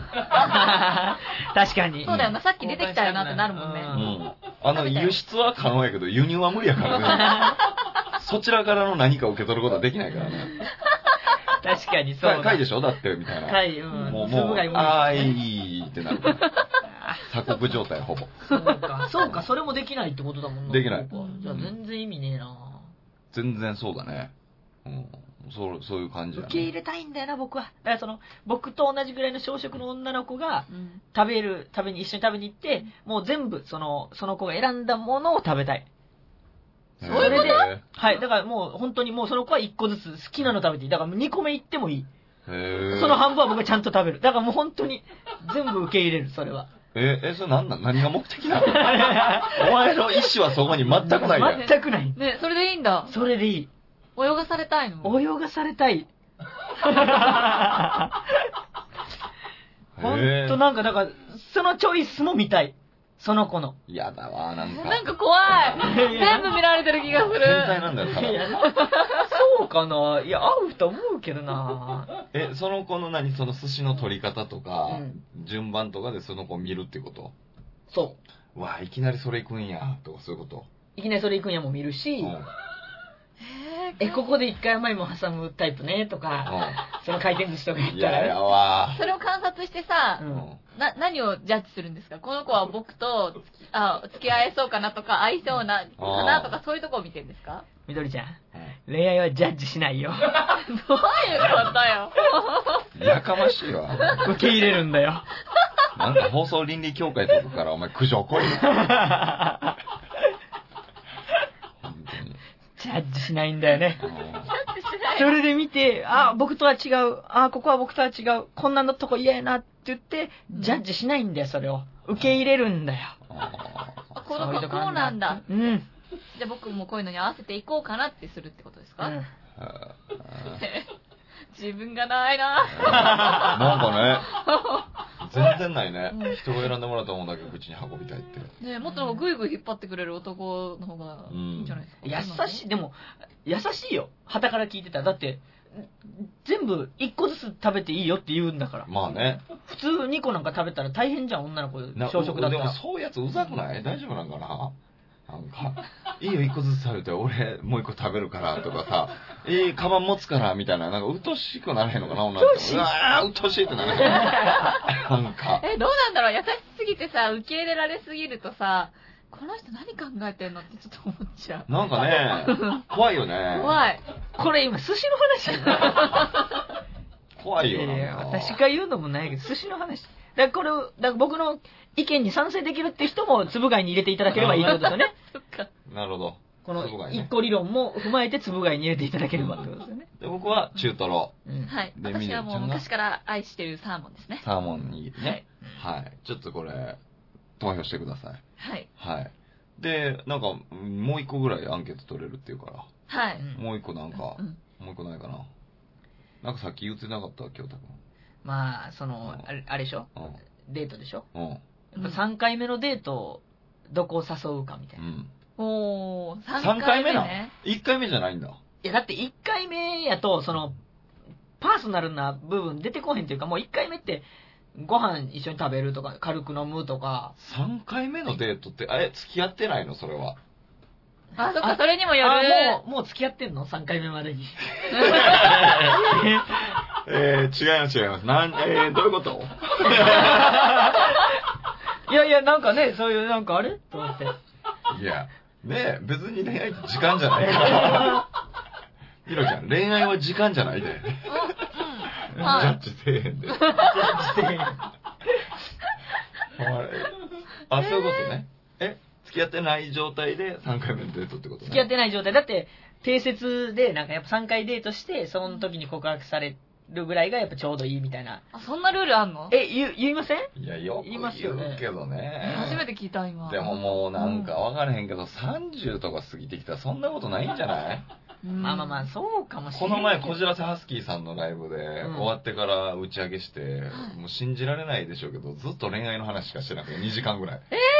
確かに。 そうだよな、さっき出てきたよなってなるもんね。 輸出は可能やけど、輸入は無理やからね。そちらからの何かを受け取ることはできないからね。 確かにそう。 貝でしょだって、みたいな。 貝、 もう、ああ、いいってなる。鎖国状態、ほぼ。 そうか、それもできないってことだもんな。 できない。 じゃあ全然意味ねえな。 全然そうだね。そういう感じだね。 受け入れたいんだよな、僕は。だから僕と同じぐらいの小食の女の子が、一緒に食べに行って、もう全部、その子が選んだものを食べたい。それで、はい。だからもう本当にもうその子は1個ずつ好きなの食べていい。だから2個目行ってもいい。その半分は僕はちゃんと食べる。だからもう本当に全部受け入れる、それは。 それ何が目的なのお前の意思はそこに全くないね。 全くない。 ね、それでいいんだ。 それでいい。 泳がされたいの？ 泳がされたい。ほんとなんか、だから、そのチョイスも見たい。その子の。 やだわ、なんか。 なんか怖い。全部見られてる気がする。 変態なんだよ、ただ。 そうかな。いや、合うと思うけどな。 その子のその寿司の取り方とか、順番とかでその子を見るってこと？ そう。 わあ、いきなりそれ行くんや、とかそういうこと？ いきなりそれ行くんやも見るし、ここで一回甘いもん挟むタイプね、とか、その回転寿司とか言ったら。 いやわ。 それを観察してさ、何をジャッジするんですか？この子は僕と付き合えそうかなとか、合いそうなかなとか、そういうとこを見てるんですか？ みどりちゃん、恋愛はジャッジしないよ。どういうことよ。やかましいわ。 受け入れるんだよ。 なんか放送倫理協会とかからお前苦情来いよ。 ジャッジしないんだよね。それで見て、僕とは違う。ここは僕とは違う。こんなのとこ嫌やなって言って、ジャッジしないんだよ、それを。受け入れるんだよ。 この子こうなんだ。 うん。 じゃあ僕もこういうのに合わせていこうかなってするってことですか？自分がないな。 なんかね、全然ないね。人が選んでもらったものだけ口に運びたいって。 ね、もっとグイグイ引っ張ってくれる男の方がいいんじゃないですか。 優しい、でも、優しいよ。傍から聞いてたら。だって、全部1個ずつ食べていいよって言うんだから。 まあね。 普通2個なんか食べたら大変じゃん、女の子。小食だったら。 でもそういうやつうざくない？大丈夫なんかな？なんか、いいよ、1個ずつ食べて、俺、もう1個食べるから、とかさ、カバン持つから、みたいな、なんか、うっとうしくならへんのかな、女の子。うわー、うっとうしいってならへん。なんか。 どうなんだろう、優しすぎてさ、受け入れられすぎるとさ、この人何考えてんのってちょっと思っちゃう。 なんかね、怖いよね。 怖い。 これ今、寿司の話怖いよな。 私が言うのもないけど、寿司の話。だから僕の意見に賛成できるって人も、つぶ貝に入れていただければいいってことですよね。 そっか。 なるほど。 この一個理論も踏まえてつぶ貝に入れていただければってことですよね。 で、僕は中トロ。 はい。私はもう昔から愛してるサーモンですね。 サーモンにね。はい。ちょっとこれ、投票してください。 はい。 はい。で、なんか、もう一個ぐらいアンケート取れるっていうから。 はい。 もう一個なんか、もう一個ないかな。なんかさっき言ってなかった京太君。 まあ、あれでしょ？デートでしょ？ やっぱ3回目のデート、どこを誘うかみたいな。 おー、 3回目な ?1 回目じゃないんだ。 いや、だって1回目やと、パーソナルな部分出てこへんというか、もう1回目って、ご飯一緒に食べるとか、軽く飲むとか。 3回目のデートって、付き合ってないのそれは。 そっか、それにもよる。もう付き合ってんの ?3 回目までに。 違います。どういうこといや、なんかね、そういう、なんかあれと思って。 いや、ね別に恋愛って時間じゃないから。ひろちゃん、恋愛は時間じゃないで。ジャッジせえへんで。ジャッジせえへん。そういうことね。付き合ってない状態で3回目のデートってことね。 付き合ってない状態。だって、定説で、なんかやっぱ3回デートして、その時に告白されるぐらいがやっぱちょうどいいみたいな。 あ、そんなルールあんの？ 言いません？ いや、よく言うけどね。 初めて聞いた、今。 でももうなんか分からへんけど、30とか過ぎてきたらそんなことないんじゃない？ まあまあまあ、そうかもしれない。 この前、こじらせハスキーさんのライブで、終わってから打ち上げして、もう信じられないでしょうけど、ずっと恋愛の話しかしてなくて、2時間ぐらい。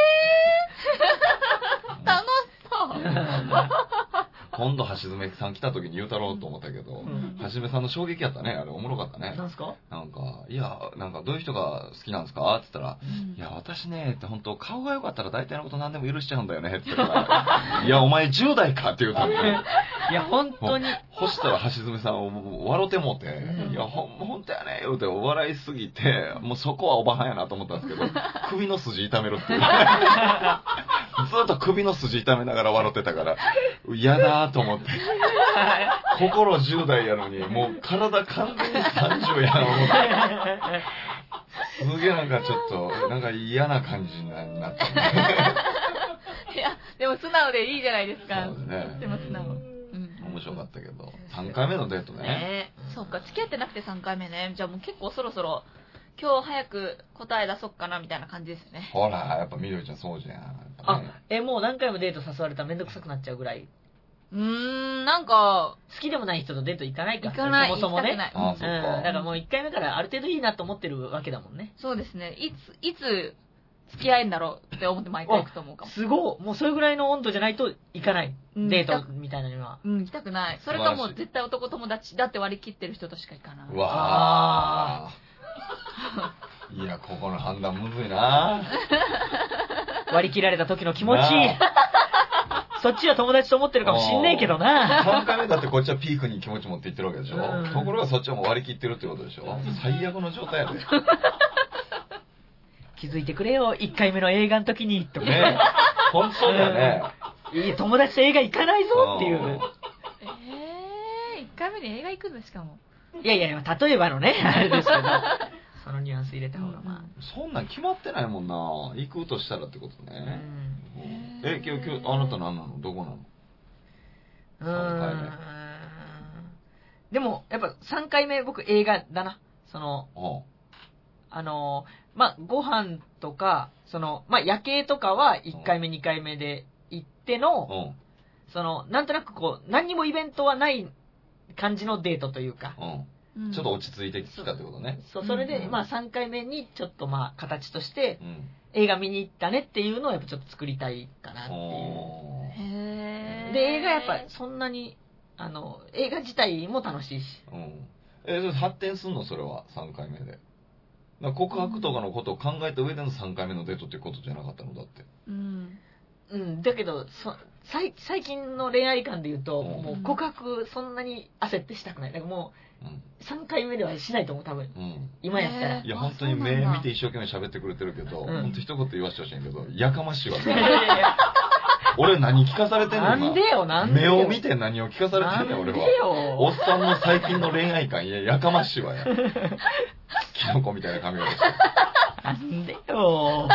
楽しそう。 今度、橋爪さん来た時に言うたろうと思ったけど、橋爪さんの衝撃やったね。あれ、おもろかったね。 なんすか？ なんか、いや、なんか、どういう人が好きなんですかって言ったら、いや、私ね、って本当顔が良かったら大体のこと何でも許しちゃうんだよね、って言ったら、いや、お前10代かって言うたんね。 いや、本当に。 そしたら、橋爪さんを笑ってもうて、いや、ほんとやね、言うて、お笑いすぎて、もうそこはおばはんやなと思ったんですけど、首の筋痛めるっていう。ずっと首の筋痛めながら笑ってたから、嫌だと思って。心10代やのに、もう体完全に30やん思って。すげえなんかちょっと、なんか嫌な感じになったね。 いや、でも素直でいいじゃないですか。 そうですね。 でも素直。 面白かったけど。3回目のデートね。 そうか、付き合ってなくて3回目ね。じゃあもう結構そろそろ、今日早く答え出そっかなみたいな感じですよね。 ほら、やっぱみどりちゃんそうじゃん。 あ、もう何回もデート誘われたらめんどくさくなっちゃうぐらい。 なんか、 好きでもない人とデート行かないから。 行かない。 そもそもね。 あ、そっか。 だからもう1回目からある程度いいなと思ってるわけだもんね。 そうですね。いつ付き合えんだろうって思って毎回行くと思うかも。 すごい。もうそれぐらいの温度じゃないと行かない。デートみたいなのには。 行きたくない。それかもう絶対男友達だって割り切ってる人としか行かない。 うわー。いや、ここの判断むずいな割り切られた時の気持ち。そっちは友達と思ってるかもしんねえけどな。 3回目だってこっちはピークに気持ち持っていってるわけでしょ。ところがそっちはもう割り切ってるってことでしょ。最悪の状態やで。 気づいてくれよ、1回目の映画の時に。とかね。本当だよね。 いい友達と映画行かないぞっていう。 1回目に映画行くんだしかも。 いやいや、例えばのね、あれですけど。そのニュアンス入れた方がまあ。 そんなん決まってないもんな。行くとしたらってことね。今日、あなた何なの？どこなの？3回目。 でも、やっぱ3回目僕映画だな。ご飯とか、夜景とかは1回目、2回目で行っての、なんとなくこう、何にもイベントはない感じのデートというか。 ちょっと落ち着いてきたってことね。 それで、3回目にちょっと形として、映画見に行ったねっていうのをやっぱちょっと作りたいかなっていう。で、映画やっぱそんなに、映画自体も楽しいし。 それ発展すんのそれは、3回目で。告白とかのことを考えた上での3回目のデートっていうことじゃなかったのだって。 だけど、最近の恋愛観で言うと、もう告白そんなに焦ってしたくない。だからもう、3回目ではしないと思う、多分。今やったら。 いや、本当に目見て一生懸命喋ってくれてるけど、本当一言言わせてほしいんやけど、やかましいわ。俺何聞かされてんの？ なんでよ。 目を見て何を聞かされてんねん、俺は。おっさんの最近の恋愛観、やかましいわや。キノコみたいな髪型して。 なんでよ。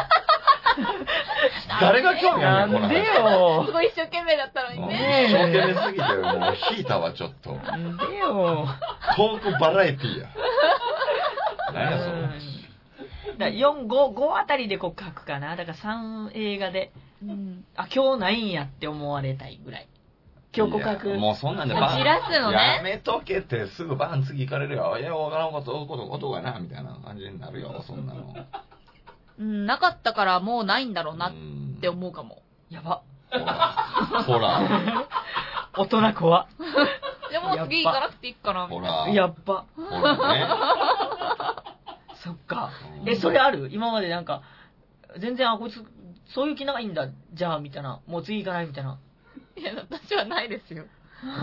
誰が興味あるんだよ、 なんでよ。 すごい一生懸命だったのにね。 一生懸命すぎて、もう引いたわ、ちょっと。 なんでよ。 トークバラエティーや。何や、その。 4、5あたりで告白かな。だから3映画で、今日ないんやって思われたいぐらい。今日告白。 もうそんなんでバン。じらすのね。 やめとけってすぐバン次行かれるよ。いや、わからんことがな、みたいな感じになるよ、そんなの。 なかったからもうないんだろうなって思うかも。 やば。 ほら。 大人怖。 でも次行かなくていいかな。 ほら。 やっば。 ほらね。 そっか。それある？今までなんか、全然、こいつ、そういう気ないんだ、じゃあ、みたいな。もう次行かないみたいな。 いや、私はないですよ。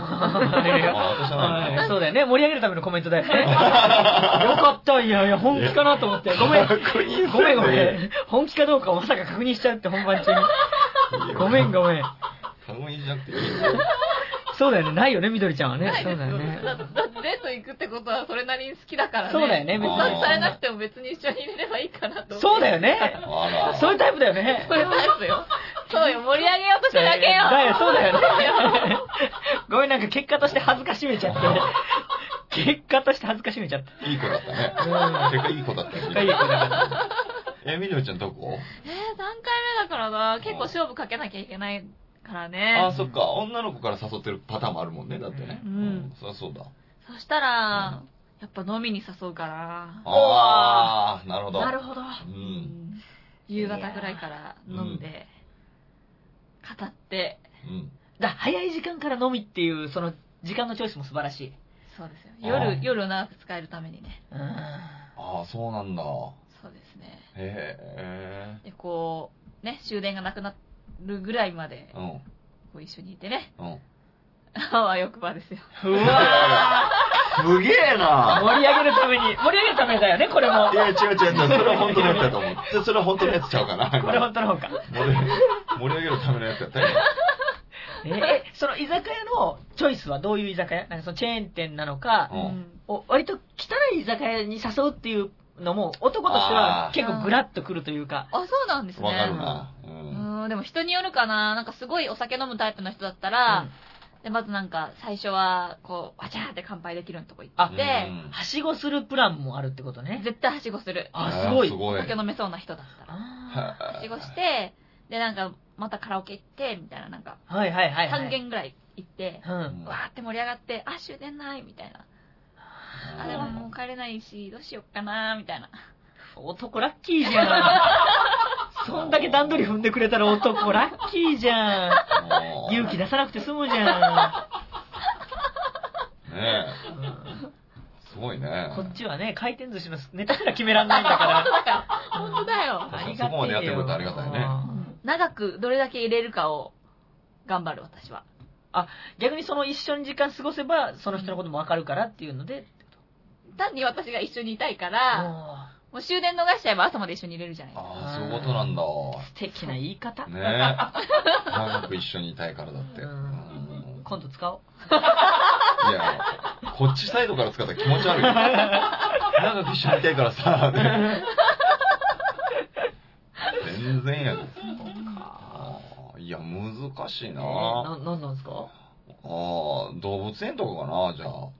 そうだよね。盛り上げるためのコメントだよね。よかった。いや、本気かなと思って。ごめん。本気かどうかをまさか確認しちゃうって本番中に。ごめん。 確認しなくていいよ。 そうだよね。ないよね、みどりちゃんはね。そうだよね。 だってデート行くってことはそれなりに好きだからね。 そうだよね、別に。 されなくても別に一緒にいれればいいかなと思って。 そうだよね。そういうタイプだよね。 そういうタイプよ。そうよ、盛り上げようとしただけよ。 そうだよね。ごめん、なんか結果として恥ずかしめちゃって。 結果として恥ずかしめちゃった。 いい子だったね。結果いい子だったね。 結果いい子だった。 みどりちゃんどこ？ 3回目だからな。結構勝負かけなきゃいけないからね。 あ、そっか。女の子から誘ってるパターンもあるもんね。だってね。そりゃそうだ。 そしたら、やっぱ飲みに誘うから。 ああ、なるほど。 なるほど。 夕方ぐらいから飲んで、語って。 早い時間から飲みっていう、その時間のチョイスも素晴らしい。 そうですよ。夜長く使えるためにね。 ああ、そうなんだ。 そうですね。で、こう、ね、終電がなくなるぐらいまで、こう一緒にいてね。あわよくばですよ。 うわーすげえな盛り上げるためだよね、これも。 いや、違う。それは本当のやつだと思う。それは本当のやつちゃうかな。 これ本当の方か。 盛り上げるためのやつやったよ。 その居酒屋のチョイスはどういう居酒屋？なんかそのチェーン店なのか、割と汚い居酒屋に誘うっていうのも、男としては結構グラッとくるというか。 あ、そうなんですね。 わかるな。 でも人によるかな。なんかすごいお酒飲むタイプの人だったら、で、まずなんか、最初は、こう、わちゃーって乾杯できるとこ行って、 はしごするプランもあるってことね。 絶対はしごする。 あ、すごい。 お酒飲めそうな人だったら。はしごして、で、なんか、またカラオケ行って、みたいな、なんか、3軒ぐらい行って、わーって盛り上がって、あ、終電ないみたいな。あ、でももう帰れないし、どうしよっかなみたいな。 男ラッキーじゃん。そんだけ段取り踏んでくれたら男ラッキーじゃん。勇気出さなくて済むじゃん。ねえ。すごいね。 こっちはね、回転寿司のネタすら決めらんないんだから。 本当だよ。 ありがたいよ。 そこまでやってくれてありがたいね。 長くどれだけ入れるかを頑張る、私は。 あ、逆にその一緒に時間過ごせば、その人のこともわかるからっていうので。 単に私が一緒にいたいから、もう終電逃しちゃえば朝まで一緒にいれるじゃないですか。 ああ、そういうことなんだ。 素敵な言い方。 ねえ。長く一緒にいたいからだって。 今度使おう。 いや、こっちサイドから使ったら気持ち悪い。長く一緒にいたいからさ。全然やで。いや、難しいな。 なんなんですか？ 動物園とかかな、じゃあ。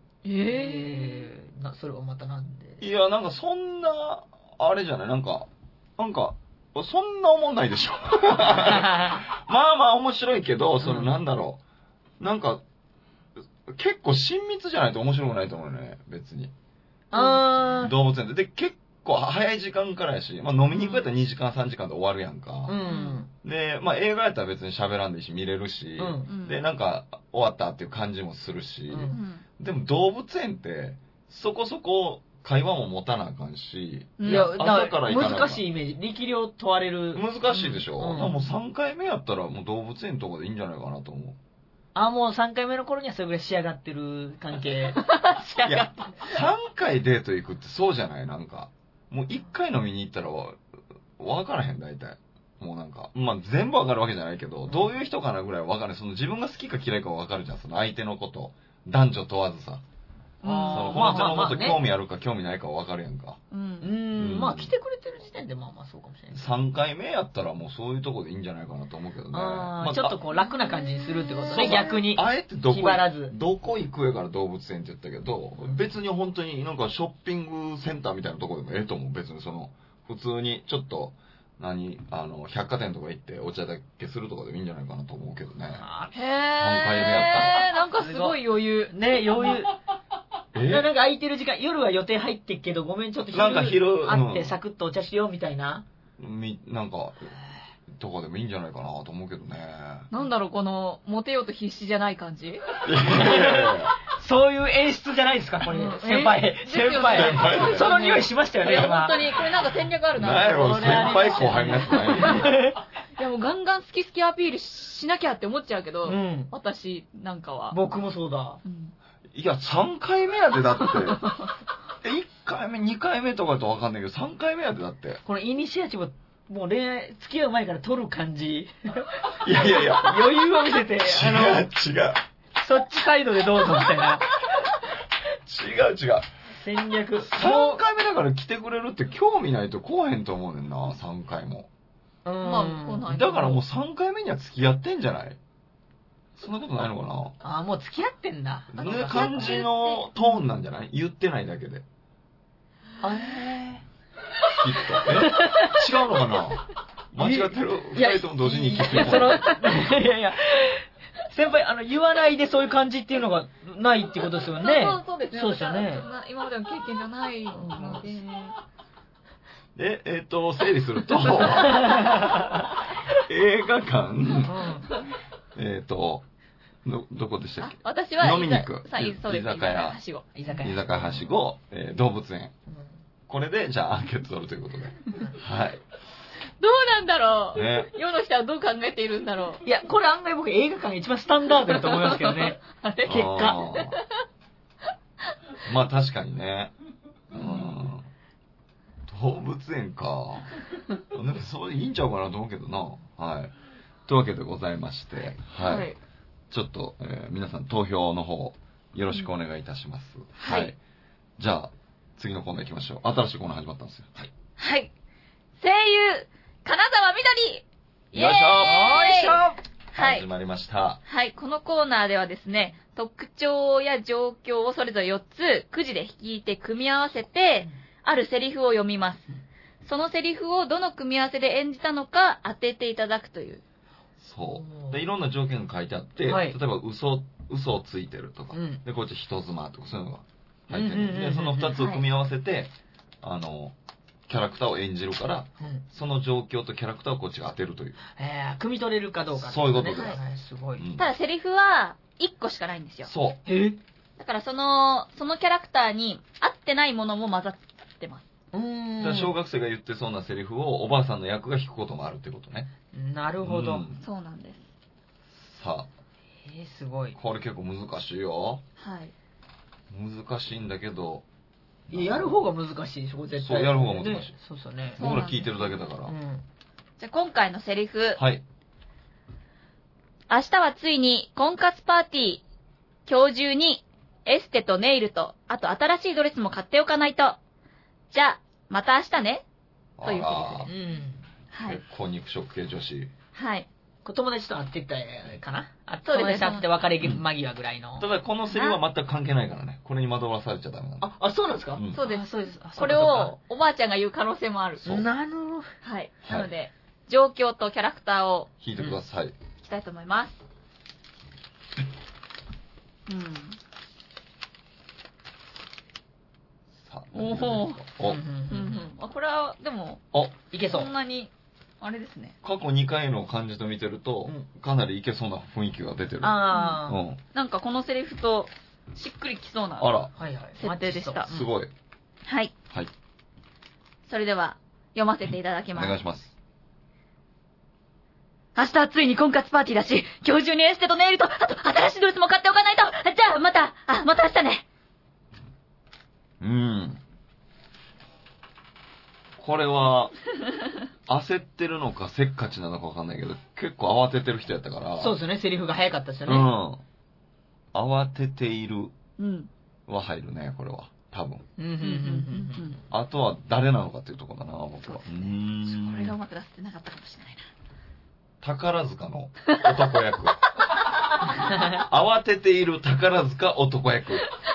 それはまたなんで？ いや、なんかそんな、あれじゃない、なんか、そんな思んないでしょ。まあまあ面白いけど、なんだろう。なんか、結構親密じゃないと面白くないと思うね、別に。動物園で。で、結構早い時間からやし、まあ飲みに行くやったら2時間3時間で終わるやんか。で、まあ映画やったら別に喋らんでいいし見れるし、で、なんか終わったっていう感じもするし、でも動物園ってそこそこ会話も持たなあかんし、 いや、朝から行かな難しいイメージ。力量問われる。 難しいでしょ。もう3回目やったらもう動物園とかでいいんじゃないかなと思う。 もう3回目の頃にはそれぐらい仕上がってる関係。仕上がってる。 3回デート行くってそうじゃないなんか。もう1回飲みに行ったらわからへん、大体。もうなんか、まあ全部わかるわけじゃないけど、どういう人かなぐらいわかる。自分が好きか嫌いかわかるじゃん、その相手のこと。男女問わずさ。この人のこと興味あるか興味ないかはわかるやんか。 まあ来てくれてる時点でまあまあそうかもしれない。 3回目やったらもうそういうとこでいいんじゃないかなと思うけどね。 ちょっとこう楽な感じにするってことね、逆に。 あえてどこ行くやから動物園って言ったけど、別に本当になんかショッピングセンターみたいなとこでもええと思う。別に普通にちょっと、百貨店とか行ってお茶だけするとかでもいいんじゃないかなと思うけどね。 へぇー。 3回目やったら。 なんかすごい余裕。 ね、余裕。なんか空いてる時間、夜は予定入ってっけど、ごめん、ちょっと昼会ってサクッとお茶しようみたいな。 なんか、とかでもいいんじゃないかなと思うけどね。 なんだろう、この、モテようと必死じゃない感じそういう演出じゃないですか、これ。先輩。その匂いしましたよね、 本当に、これなんか戦略あるな。 ないよ、先輩後輩のやつない。 いやもうガンガン好きアピールしなきゃって思っちゃうけど、私なんかは。 僕もそうだ。 いや、3回目やで、だって。1回目、2回目とかだとわかんないけど、3回目やで、だって。 このイニシアチブ、もう恋愛、付き合う前から取る感じ。 いや。 余裕を見せて、 違う。 そっちサイドでどうぞみたいな。 違う。 戦略。 3回目だから来てくれるって興味ないと来へんと思うねんな、3回も。 まあ、来ない。 だからもう3回目には付き合ってんじゃないそんなことないのかな。 あ、もう付き合ってんだ。 ね、感じのトーンなんじゃない？言ってないだけで。きっと。違うのかな。間違ってる。二人とも同時に聞いてる。 いやいや。先輩、言わないでそういう感じっていうのがないってことですよね。 そうですね。 そうですよね。 今までの経験じゃないので。 で、整理すると、映画館、どこでしたっけ？ 私は飲みに行く。 そうです。 居酒屋はしご、動物園。これで、じゃあアンケート取るということで。はい。 どうなんだろう、 ね、 世の人はどう考えているんだろう。いや、これ案外僕映画館が一番スタンダードだと思いますけどね。結果。 まあ確かにね。動物園か。なんかそれいいんちゃうかなと思うけどな。はい。というわけでございまして、はい。ちょっと、皆さん投票の方、よろしくお願いいたします。はい。じゃあ、次のコーナー行きましょう。新しいコーナー始まったんですよ。はい。 はい。声優、金沢みどり。 よいしょはい。 始まりました。 はい。このコーナーではですね、特徴や状況をそれぞれ4つ、くじで引いて組み合わせて、あるセリフを読みます。そのセリフをどの組み合わせで演じたのか当てていただくという。 そう。で、いろんな条件が書いてあって、例えば嘘をついてるとか、で、こっち人妻とかそういうのが入ってる。で、その2つを組み合わせて、キャラクターを演じるから、その状況とキャラクターをこっちが当てるという。 汲み取れるかどうか、 そういうことです。 すごい。 ただセリフは1個しかないんですよ。 そう。 だからそのキャラクターに合ってないものも混ざってます。 だから小学生が言ってそうなセリフをおばあさんの役が弾くこともあるってことね。 なるほど。 そうなんです。 さあ。 すごい。 これ結構難しいよ。 はい。 難しいんだけど。 やる方が難しいでしょ、絶対。 そう、やる方が難しい。 そうそうね。 僕ら聞いてるだけだから。 じゃあ今回のセリフ。 はい。 明日はついに婚活パーティー。今日中にエステとネイルと、あと新しいドレスも買っておかないと。じゃあ、また明日ね。というセリフです。 はい。結構肉食系女子。 はい。 友達と会ってたかな？友達と会って別れ間際ぐらいの。 ただこのセリフは全く関係ないからね。これに惑わされちゃダメなんだ。 あ、そうなんですか？ そうです。そうです。これをおばあちゃんが言う可能性もある。 なるほど。 はい。なので、状況とキャラクターを引いてください。 いきたいと思います。 さあ、 これは、でも、 いけそう。 そんなに、あれですね。 過去2回の感じと見てると、かなりいけそうな雰囲気が出てる。 なんかこのセリフと、しっくりきそうな設定でした。 すごい。 はい。 はい。 それでは、読ませていただきます。 お願いします。 明日はついに婚活パーティーだし、今日中にエステとネイルと、あと新しいドレスも買っておかないと。じゃあ、また明日ね。 これは、焦ってるのかせっかちなのかわかんないけど、結構慌ててる人やったから。 そうですね、セリフが早かったですよね。 慌てているは入るね、これは。多分。あとは誰なのかっていうところだな、僕は。これがうまく出せてなかったかもしれないな。 宝塚の男役。慌てている宝塚男役。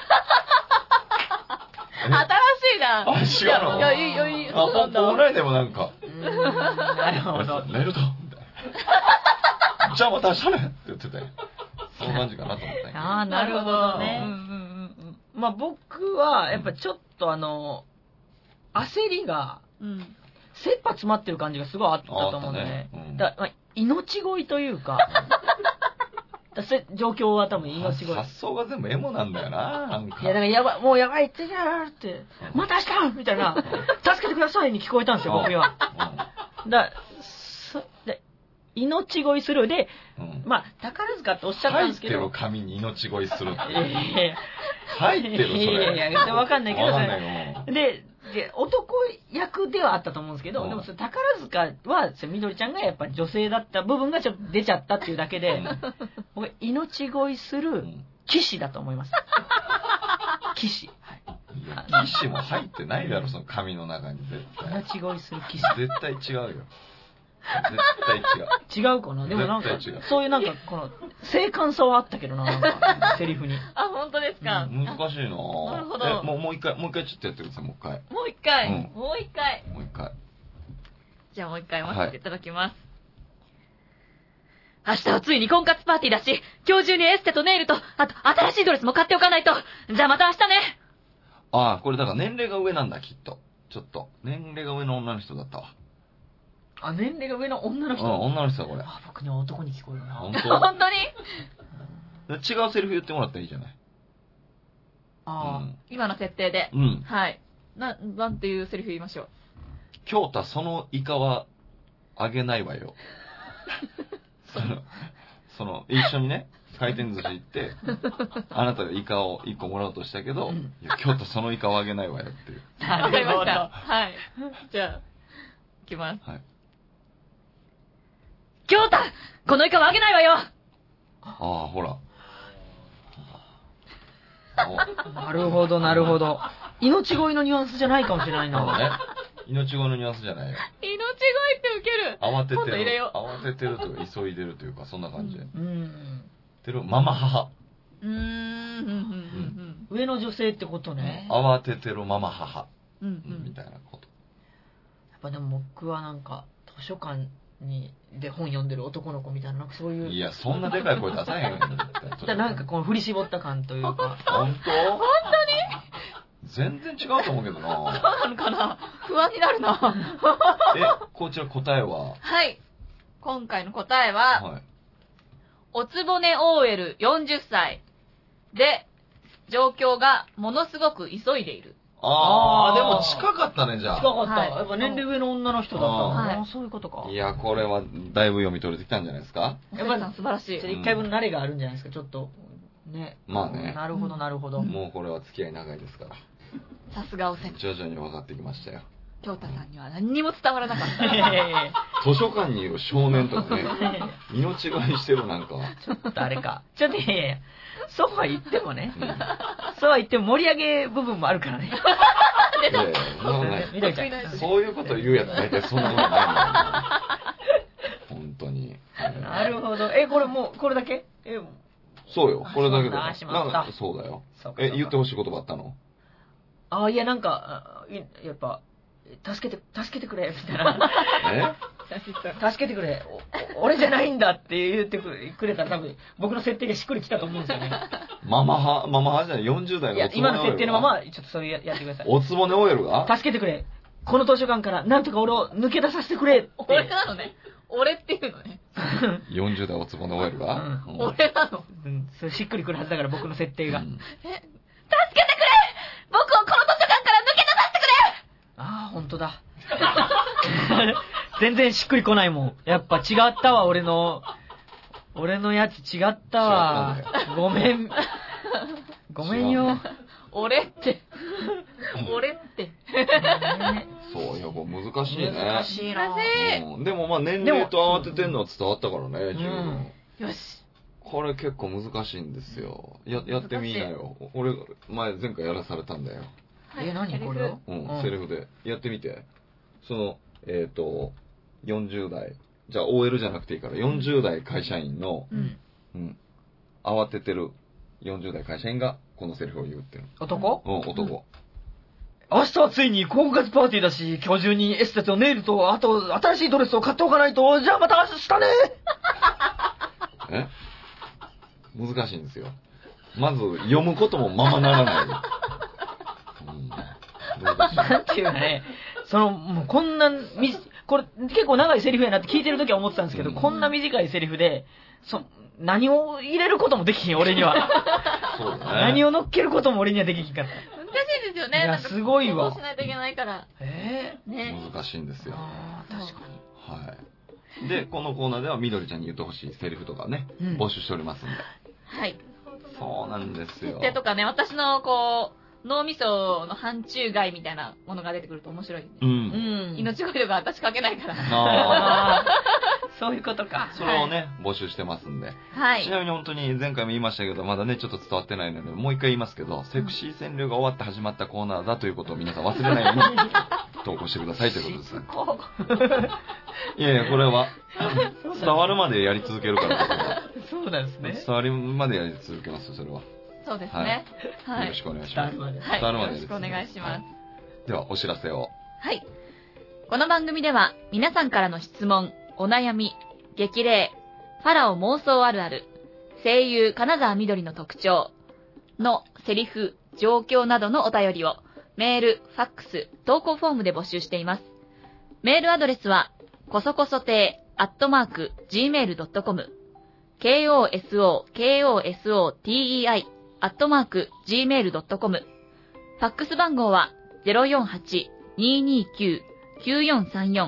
新しいな。 あ、違うの？ いや、 そうなんだ。本来でもなんか。 なるほど。 寝るとみたいな。じゃあまた明日ねって言ってて。その感じかなと思った。 ああ、なるほどね。 まあ僕は、やっぱちょっと焦りが、切羽詰まってる感じがすごいあったと思うんでね。命乞いというか、状況は多分命乞い。 発想が全部エモなんだよな、なんか。 いや、だからもうやばいってやーって、また明日みたいな、助けてくださいに聞こえたんですよ、僕には。命乞いするで、まあ、宝塚っておっしゃったんですけど。 入ってる紙に命乞いするって。 入ってるそれ。 いや、わかんないけど、 わかんないよ。 で、男役ではあったと思うんですけど、でも宝塚は、みどりちゃんがやっぱり女性だった部分がちょっと出ちゃったっていうだけで、僕、命乞いする騎士だと思います。騎士。 騎士も入ってないだろ、その紙の中に絶対。 命乞いする騎士。 絶対違うよ。 絶対違う。 違うかな。でもなんか絶対違う、 そういうなんか、この、正感さはあったけどな、なんか、セリフに。 あ、本当ですか。 難しいなぁ。 なるほど。 もう一回ちょっとやってください、もう一回。 もう一回。 うんもう一回。 もう一回。 じゃあもう一回読ませていただきます。明日はついに婚活パーティーだし、今日中にエステとネイルと、あと新しいドレスも買っておかないと。じゃあまた明日ね。 ああ、これだから年齢が上なんだ、きっと。ちょっと。年齢が上の女の人だったわ。 あ、年齢が上の女の人。 女の人だ、これ。 あ、僕には男に聞こえるな。 本当本当に違うセリフ言ってもらったらいいじゃない。 ああ、 今の設定で。 うん。 はい。なんていうセリフ言いましょう。 京太、そのイカはあげないわよ。一緒にね、回転寿司行って、あなたがイカを1個もらおうとしたけど、いや、京太、そのイカはあげないわよっていう。 わかりました。はい。じゃあ、いきます。 はい。 京太、このイカはあげないわよ。 ああ、ほら。 なるほど、なるほど。命乞いのニュアンスじゃないかもしれないそうな。 ね。命乞いのニュアンスじゃないよ。 命乞いってウケる。 慌てて今度入れるよ。 慌ててるというか、急いでるというか、そんな感じ。 うん。 ママ母。 上の女性ってことね。 慌ててるママ母。みたいなこと。 やっぱでも僕はなんか、図書館で本読んでる男の子みたいな、なんかそういう。 いや、そんなでかい声出さへんよ。 なんかこの振り絞った感というか。 本当本当に全然違うと思うけどな。 そうなのかな不安になるな。 こちら答えははい。今回の答えは、 はい。 おつぼね OL40 歳で、状況がものすごく急いでいる。 でも近かったね、じゃあ。 近かった。 はいやっぱ年齢上の女の人だったの。 はいそういうことか。 いや、これはだいぶ読み取れてきたんじゃないですか。 やっぱり素晴らしい。 一回分慣れがあるんじゃないですか、ちょっと。ね。 まあね。 なるほど、なるほど。 もうこれは付き合い長いですから。 さすがおせん。 徐々に分かってきましたよ。 京太さんには何にも伝わらなかった。 図書館にいる少年とかね、命乞いしてるなんか。 ちょっとあれか。ちょっとそうは言ってもね。そうは言っても盛り上げ部分もあるからね。 いやいや、 みどりちゃん。 そういうこと言うやつ大体そんなことないんだよ。本当に。 なるほど。これだけそうよ、これだけだよ。 なんかそうだよ。 言ってほしい言葉あったの？ いや、なんか、やっぱ、助けてくれ、みたいな。助けてくれ。俺じゃないんだって言ってくれたら多分、僕の設定がしっくりきたと思うんですよね。 ママ派じゃない、40代のいや、今の設定のまま、ちょっとそういうやってください。 おつぼね OL が助けてくれ。この図書館からなんとか俺を抜け出させてくれって。 俺なのね。俺っていうのね。 40代おつぼね OL が俺なの。 それしっくりくるはずだから、僕の設定が。 助けてくれ僕をこの図書館から抜け出させてくれ本当だ。全然しっくりこないもん。やっぱ違ったわ、俺のやつ違ったわ。ごめんよ。 俺って。 そう、やっぱ難しいね。 難しいな。 でもまあ年齢と慌ててんのは伝わったからね、十分。 よし。 これ結構難しいんですよ。やってみなよ。俺、前回やらされたんだよ。 何これ？ セリフで。やってみて。40代。じゃあ OL じゃなくていいから、40代会社員の、慌ててる40代会社員がこのセリフを言うっていう。 男？ 男。 明日はついに婚活パーティーだし、今日中にエステとネイルと、あと新しいドレスを買っておかないと、じゃあまた明日ね。 難しいんですよ。まず読むこともままならない。 なんていうかね、もうこんな、これ結構長いセリフやなって聞いてるときは思ってたんですけど、こんな短いセリフで、何を入れることもできひん、俺には。 そうだね。 何を乗っけることも俺にはできひんかった。 難しいですよね。 いや、すごいわ。 しないといけないから。 ね。難しいんですよ。 確かに。はい。で、このコーナーではみどりちゃんに言ってほしいセリフとかね、募集しておりますんで。 はい。 そうなんですよ。 設定とかね、私の脳みその範疇外みたいなものが出てくると面白いよね。 うん。 命乞いとか私書けないから。 そういうことか。 それをね、募集してますんで。 はい。 ちなみに本当に前回も言いましたけど、まだね、ちょっと伝わってないので、もう一回言いますけど、セクシー川柳が終わって始まったコーナーだということを皆さん忘れないように投稿してくださいということです。いやいや、これは、伝わるまでやり続けるから。 そうなんですね。 伝わるまでやり続けますよ、それは。 そうですね。 はい。よろしくお願いします。 伝わるまで。よろしくお願いします。 では、お知らせを。 はい。この番組では、皆さんからの質問、お悩み、激励、ファラオ妄想あるある、声優金沢みどりの特徴のセリフ、状況などのお便りを、メール、ファックス、投稿フォームで募集しています。メールアドレスは、こそこそ亭@gmail.com、KOSOKOSOTEI @gmail.com、ファックス番号は 048-229-9434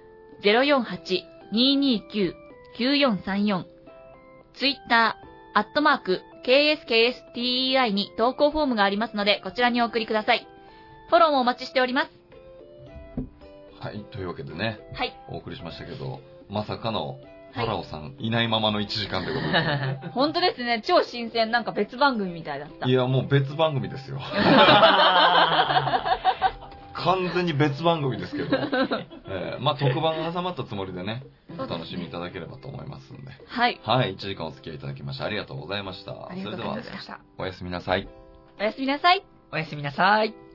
048-229-9434、ツイッター@KSKSTEI に投稿フォームがありますので、こちらにお送りください。フォローもお待ちしております。 はい、というわけでね、 はい、 お送りしましたけど、まさかのファラオさんいないままの1時間ということで、 本当ですね、超新鮮、なんか別番組みたいだった。 いや、もう別番組ですよ。完全に別番組ですけど、まあ特番が挟まったつもりでね、お楽しみいただければと思いますんで。 はい。 はい、1時間お付き合いいただきましてありがとうございました。 ありがとうございました。 おやすみなさい。 おやすみなさい。 おやすみなさい。